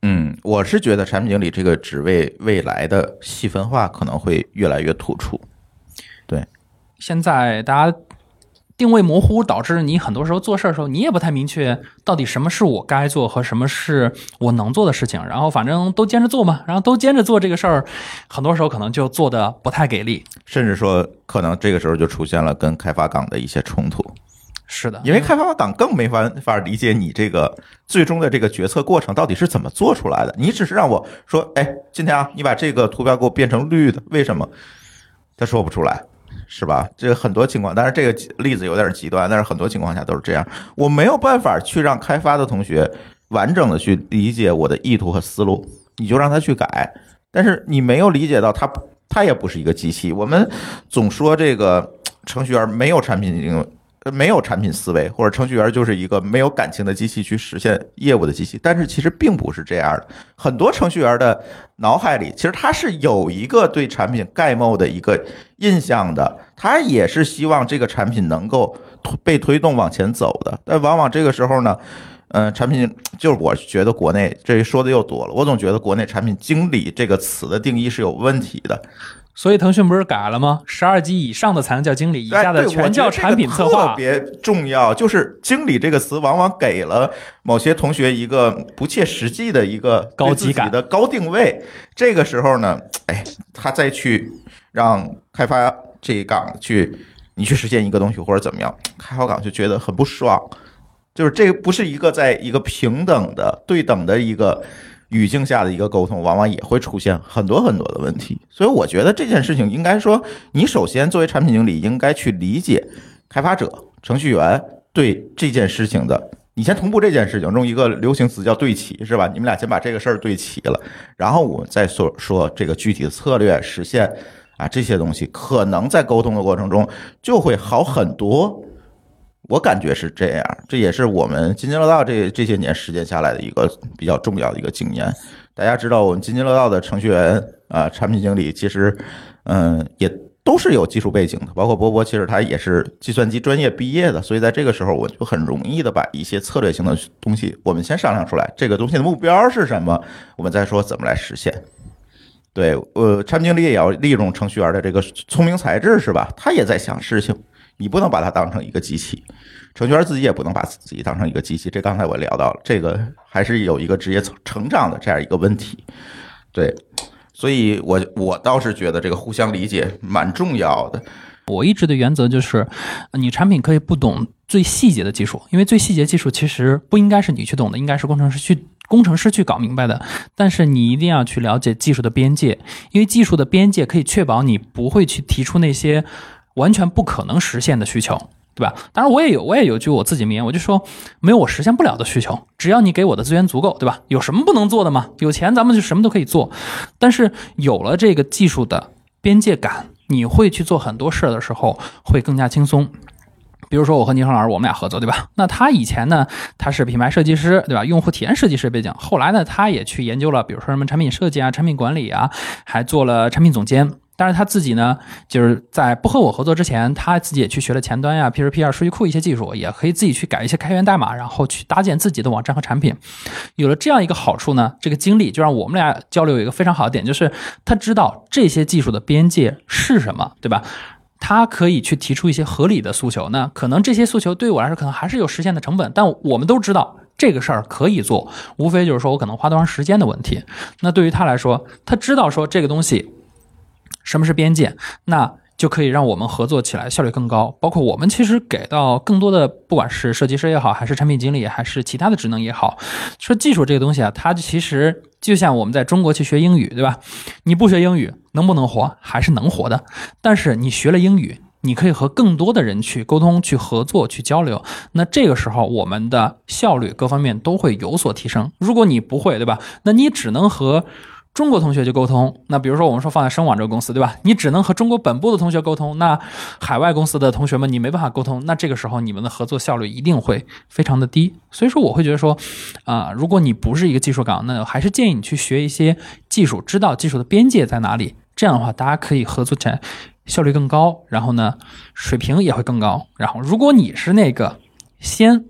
嗯，我是觉得产品经理这个职位未来的细分化可能会越来越突出。对，
现在大家定位模糊，导致你很多时候做事的时候，你也不太明确到底什么是我该做和什么是我能做的事情，然后反正都兼着做嘛，然后都兼着做这个事儿，很多时候可能就做的不太给力，
甚至说可能这个时候就出现了跟开发岗的一些冲突。
是的，
因为开发岗更没法法理解你这个最终的这个决策过程到底是怎么做出来的。你只是让我说，哎，今天啊，你把这个图标给我变成绿的，为什么？他说不出来。是吧？这个很多情况，但是这个例子有点极端，但是很多情况下都是这样。我没有办法去让开发的同学完整的去理解我的意图和思路，你就让他去改。但是你没有理解到他，他也不是一个机器。我们总说这个程序员没有产品没有产品思维，或者程序员就是一个没有感情的机器去实现业务的机器，但是其实并不是这样的。很多程序员的脑海里其实他是有一个对产品概貌的一个印象的，他也是希望这个产品能够被推动往前走的。但往往这个时候呢，嗯，产品就是我觉得国内这说的又多了，我总觉得国内产品经理这个词的定义是有问题的。
所以腾讯不是改了吗？十二级以上的才能叫经理，以下的全叫产品策划。
特别重要，就是经理这个词往往给了某些同学一个不切实际的一个
高级感
的高定位。这个时候呢，哎，他再去让开发这一岗去你去实现一个东西或者怎么样，开发岗就觉得很不爽。就是这个不是一个在一个平等的对等的一个语境下的一个沟通，往往也会出现很多很多的问题。所以我觉得这件事情应该说，你首先作为产品经理应该去理解开发者、程序员对这件事情的，你先同步这件事情，用一个流行词叫对齐，是吧？你们俩先把这个事儿对齐了，然后我们再说说这个具体的策略实现啊，这些东西可能在沟通的过程中就会好很多。我感觉是这样，这也是我们津津乐道这这些年实践下来的一个比较重要的一个经验。大家知道，我们津津乐道的程序员啊、产品经理，其实嗯也都是有技术背景的，包括波波，其实他也是计算机专业毕业的，所以在这个时候，我就很容易的把一些策略性的东西，我们先商量出来，这个东西的目标是什么，我们再说怎么来实现。对，呃，产品经理也要利用程序员的这个聪明才智，是吧？他也在想事情。你不能把它当成一个机器，程序员自己也不能把自己当成一个机器。这刚才我聊到了，这个还是有一个职业成长的这样一个问题。对，所以我我倒是觉得这个互相理解蛮重要的。
我一直的原则就是，你产品可以不懂最细节的技术，因为最细节技术其实不应该是你去懂的，应该是工程师去工程师去搞明白的。但是你一定要去了解技术的边界，因为技术的边界可以确保你不会去提出那些完全不可能实现的需求，对吧？当然我也有我也有句我自己名言，我就说没有我实现不了的需求，只要你给我的资源足够，对吧？有什么不能做的吗？有钱咱们就什么都可以做。但是有了这个技术的边界感，你会去做很多事的时候会更加轻松。比如说我和倪恒老师我们俩合作，对吧？那他以前呢他是品牌设计师，对吧？用户体验设计师背景，后来呢他也去研究了比如说什么产品设计啊、产品管理啊，还做了产品总监。但是他自己呢，就是在不和我合作之前，他自己也去学了前端呀、P two P 啊、数据库一些技术，也可以自己去改一些开源代码，然后去搭建自己的网站和产品。有了这样一个好处呢，这个经历就让我们俩交流有一个非常好的点，就是他知道这些技术的边界是什么，对吧？他可以去提出一些合理的诉求，那可能这些诉求对我来说可能还是有实现的成本，但我们都知道这个事儿可以做，无非就是说我可能花多长时间的问题。那对于他来说，他知道说这个东西什么是边界，那就可以让我们合作起来效率更高。包括我们其实给到更多的，不管是设计师也好，还是产品经理，还是其他的职能也好，说技术这个东西啊，它其实就像我们在中国去学英语，对吧？你不学英语能不能活？还是能活的。但是你学了英语，你可以和更多的人去沟通、去合作、去交流，那这个时候我们的效率各方面都会有所提升。如果你不会，对吧？那你只能和中国同学去沟通，那比如说我们说放在声网这个公司，对吧？你只能和中国本部的同学沟通，那海外公司的同学们你没办法沟通，那这个时候你们的合作效率一定会非常的低。所以说我会觉得说啊、呃，如果你不是一个技术岗，那还是建议你去学一些技术，知道技术的边界在哪里，这样的话大家可以合作起来效率更高，然后呢水平也会更高。然后如果你是那个先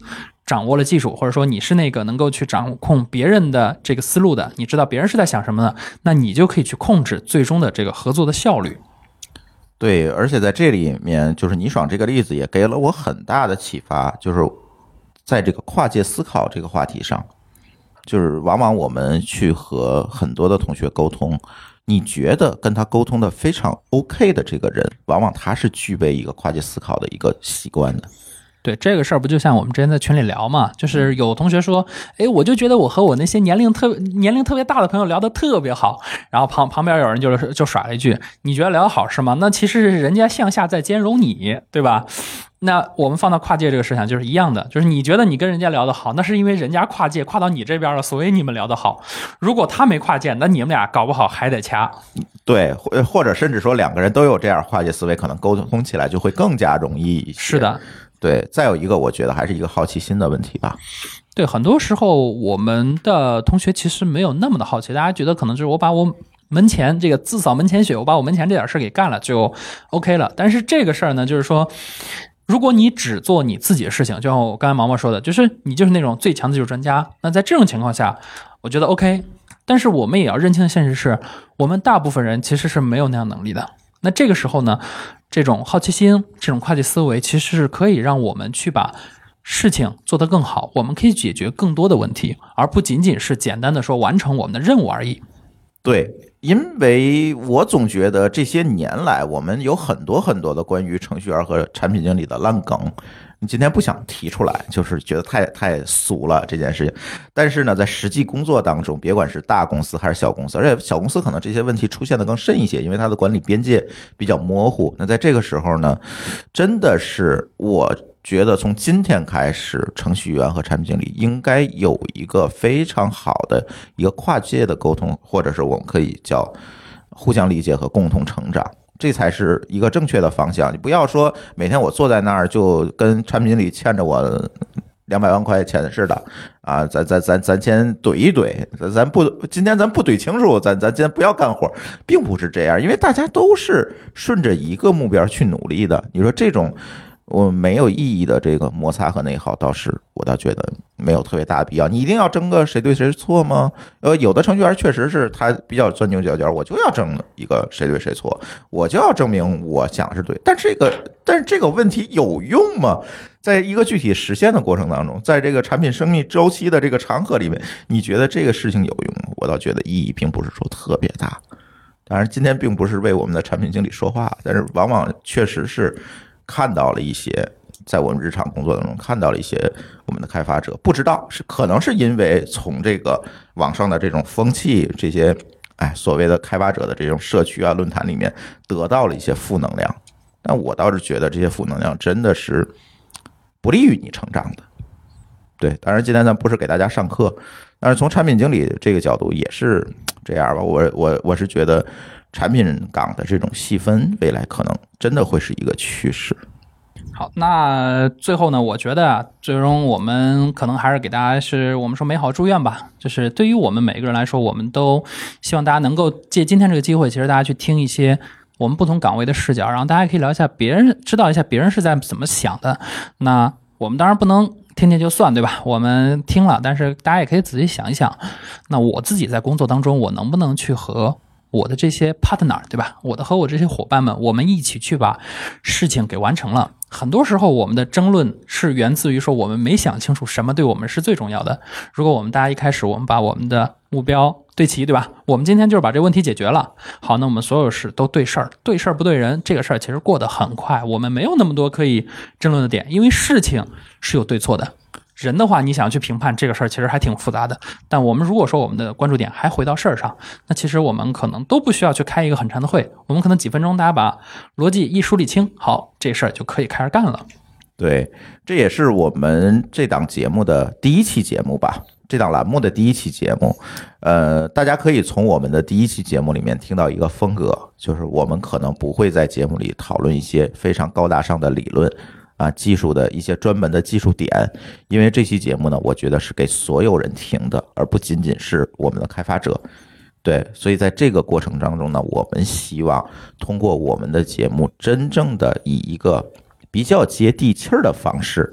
掌握了技术，或者说你是那个能够去掌控别人的这个思路的，你知道别人是在想什么的，那你就可以去控制最终的这个合作的效率。
对，而且在这里面，就是倪爽这个例子也给了我很大的启发，就是在这个跨界思考这个话题上，就是往往我们去和很多的同学沟通，你觉得跟他沟通的非常 OK 的这个人，往往他是具备一个跨界思考的一个习惯的。
对，这个事儿不就像我们之前在群里聊嘛，就是有同学说，哎，我就觉得我和我那些年龄特年龄特别大的朋友聊得特别好，然后旁旁边有人就就甩了一句，你觉得聊得好是吗？那其实是人家向下在兼容你，对吧？那我们放到跨界这个事情就是一样的，就是你觉得你跟人家聊得好，那是因为人家跨界跨到你这边了，所以你们聊得好。如果他没跨界，那你们俩搞不好还得掐。
对，或者甚至说两个人都有这样跨界思维，可能沟通起来就会更加容易一些。
是的。
对，再有一个，我觉得还是一个好奇心的问题吧。
对，很多时候我们的同学其实没有那么的好奇，大家觉得可能就是我把我门前这个自扫门前雪，我把我门前这点事给干了就 OK 了。但是这个事儿呢，就是说，如果你只做你自己的事情，就像我刚才毛毛说的，就是你就是那种最强的技术专家，那在这种情况下，我觉得 OK。但是我们也要认清的现实是，我们大部分人其实是没有那样能力的。那这个时候呢，这种好奇心，这种跨界思维，其实是可以让我们去把事情做得更好，我们可以解决更多的问题，而不仅仅是简单的说完成我们的任务而已。
对，因为我总觉得这些年来，我们有很多很多的关于程序员和产品经理的烂梗。你今天不想提出来，就是觉得太太俗了这件事情。但是呢，在实际工作当中，别管是大公司还是小公司，而且小公司可能这些问题出现的更甚一些，因为它的管理边界比较模糊。那在这个时候呢，真的是我觉得从今天开始，程序员和产品经理应该有一个非常好的一个跨界的沟通，或者是我们可以叫互相理解和共同成长。这才是一个正确的方向。你不要说每天我坐在那儿就跟产品经理欠着我两百万块钱似的啊，咱咱咱咱先怼一怼，咱咱不今天咱不怼清楚，咱咱今天不要干活，并不是这样，因为大家都是顺着一个目标去努力的。你说这种我没有意义的这个摩擦和内耗，倒是我倒觉得没有特别大的必要。你一定要争个谁对谁错吗？呃，有的程序员确实是他比较钻牛角尖，我就要争一个谁对谁错，我就要证明我想是对。但这个但是这个问题有用吗？在一个具体实现的过程当中，在这个产品生命周期的这个长河里面，你觉得这个事情有用吗？我倒觉得意义并不是说特别大。当然，今天并不是为我们的产品经理说话，但是往往确实是看到了一些，在我们日常工作当中看到了一些我们的开发者不知道是可能是因为从这个网上的这种风气，这些哎所谓的开发者的这种社区啊论坛里面得到了一些负能量，但我倒是觉得这些负能量真的是不利于你成长的。对，当然今天咱不是给大家上课，但是从产品经理这个角度也是这样吧。我我我是觉得产品岗的这种细分，未来可能真的会是一个趋势。
好，那最后呢，我觉得啊，最终我们可能还是给大家是我们说美好祝愿吧。就是对于我们每个人来说，我们都希望大家能够借今天这个机会，其实大家去听一些我们不同岗位的视角，然后大家可以聊一下别人，知道一下别人是在怎么想的。那我们当然不能听听就算，对吧？我们听了，但是大家也可以仔细想一想，那我自己在工作当中，我能不能去和我的这些 partner， 对吧？我的和我这些伙伴们，我们一起去把事情给完成了。很多时候我们的争论是源自于说我们没想清楚什么对我们是最重要的。如果我们大家一开始我们把我们的目标对齐，对吧？我们今天就是把这个问题解决了。好，那我们所有事都对事儿，对事儿不对人，这个事儿其实过得很快，我们没有那么多可以争论的点，因为事情是有对错的。人的话，你想去评判这个事儿，其实还挺复杂的。但我们如果说我们的关注点还回到事儿上，那其实我们可能都不需要去开一个很长的会，我们可能几分钟大家把逻辑一梳理清，好，这事儿就可以开始干了。
对，这也是我们这档节目的第一期节目吧，这档栏目的第一期节目。呃，大家可以从我们的第一期节目里面听到一个风格，就是我们可能不会在节目里讨论一些非常高大上的理论啊，技术的一些专门的技术点，因为这期节目呢，我觉得是给所有人听的，而不仅仅是我们的开发者。对，所以在这个过程当中呢，我们希望通过我们的节目，真正的以一个比较接地气儿的方式，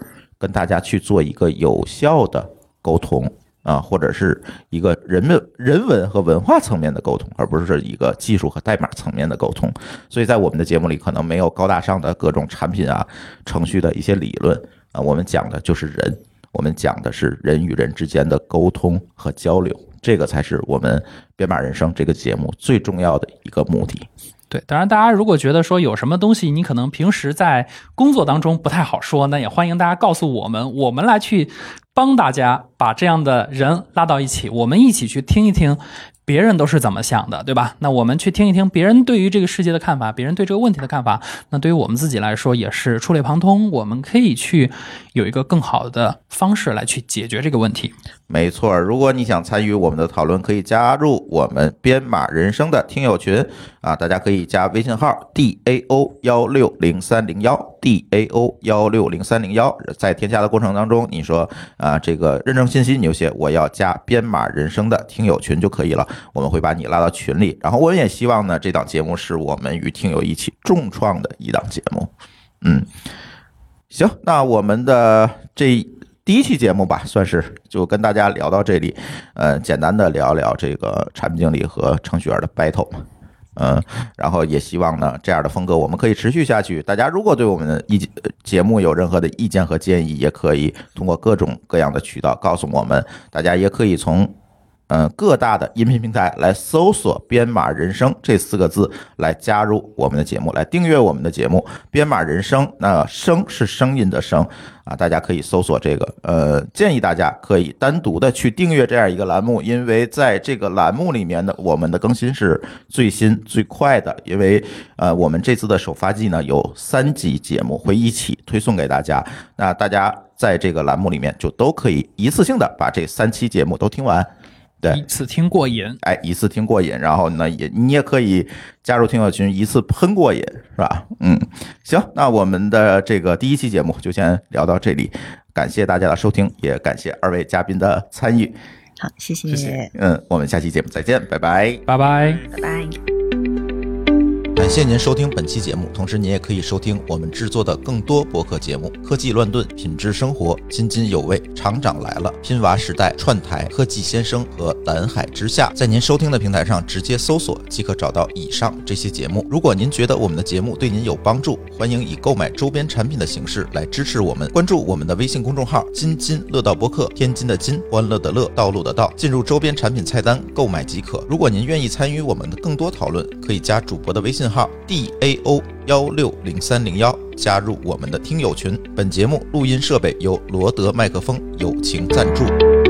跟大家去做一个有效的沟通啊，或者是一个人文人文和文化层面的沟通，而不是一个技术和代码层面的沟通。所以在我们的节目里，可能没有高大上的各种产品啊、程序的一些理论啊，我们讲的就是人，我们讲的是人与人之间的沟通和交流，这个才是我们编码人生这个节目最重要的一个目的。
对，当然大家如果觉得说有什么东西你可能平时在工作当中不太好说，那也欢迎大家告诉我们，我们来去帮大家把这样的人拉到一起，我们一起去听一听别人都是怎么想的，对吧？那我们去听一听别人对于这个世界的看法，别人对这个问题的看法，那对于我们自己来说也是触类旁通，我们可以去有一个更好的方式来去解决这个问题。
没错，如果你想参与我们的讨论，可以加入我们编码人生的听友群啊，大家可以加微信号 D A O 一六零三零一 D A O 一六零三零一，在添加的过程当中，你说啊这个认证信息，你就写我要加编码人生的听友群就可以了，我们会把你拉到群里。然后我们也希望呢，这档节目是我们与听友一起众创的一档节目。嗯，行，那我们的这第一期节目吧，算是就跟大家聊到这里，呃，简单的聊聊这个产品经理和程序员的 battle 嘛，嗯，然后也希望呢这样的风格我们可以持续下去。大家如果对我们的意节目有任何的意见和建议，也可以通过各种各样的渠道告诉我们。大家也可以从嗯，各大的音频平台来搜索编码人生这四个字来加入我们的节目，来订阅我们的节目编码人生，那声是声音的声啊，大家可以搜索这个，呃，建议大家可以单独的去订阅这样一个栏目，因为在这个栏目里面的我们的更新是最新最快的，因为呃我们这次的首发季呢有三集节目会一起推送给大家，那大家在这个栏目里面就都可以一次性的把这三期节目都听完。对，
一次听过瘾，
哎，一次听过瘾，然后呢，也你也可以加入听友群，一次喷过瘾，是吧？嗯，行，那我们的这个第一期节目就先聊到这里，感谢大家的收听，也感谢二位嘉宾的参与。
好，谢谢，
谢谢
嗯，我们下期节目再见，拜拜，
拜拜。
拜拜。
感谢您收听本期节目，同时您也可以收听我们制作的更多播客节目：科技乱炖、品质生活、津津有味、厂长来了、拼娃时代、串台、科技先生和蓝海之下。在您收听的平台上直接搜索即可找到以上这些节目。如果您觉得我们的节目对您有帮助，欢迎以购买周边产品的形式来支持我们。关注我们的微信公众号津津乐道播客，天津的津，欢乐的乐，道路的道，进入周边产品菜单购买即可。如果您愿意参与我们的更多讨论，可以加主播的微信号 D A O 一六零三零一，加入我们的听友群。本节目录音设备由罗德麦克风友情赞助。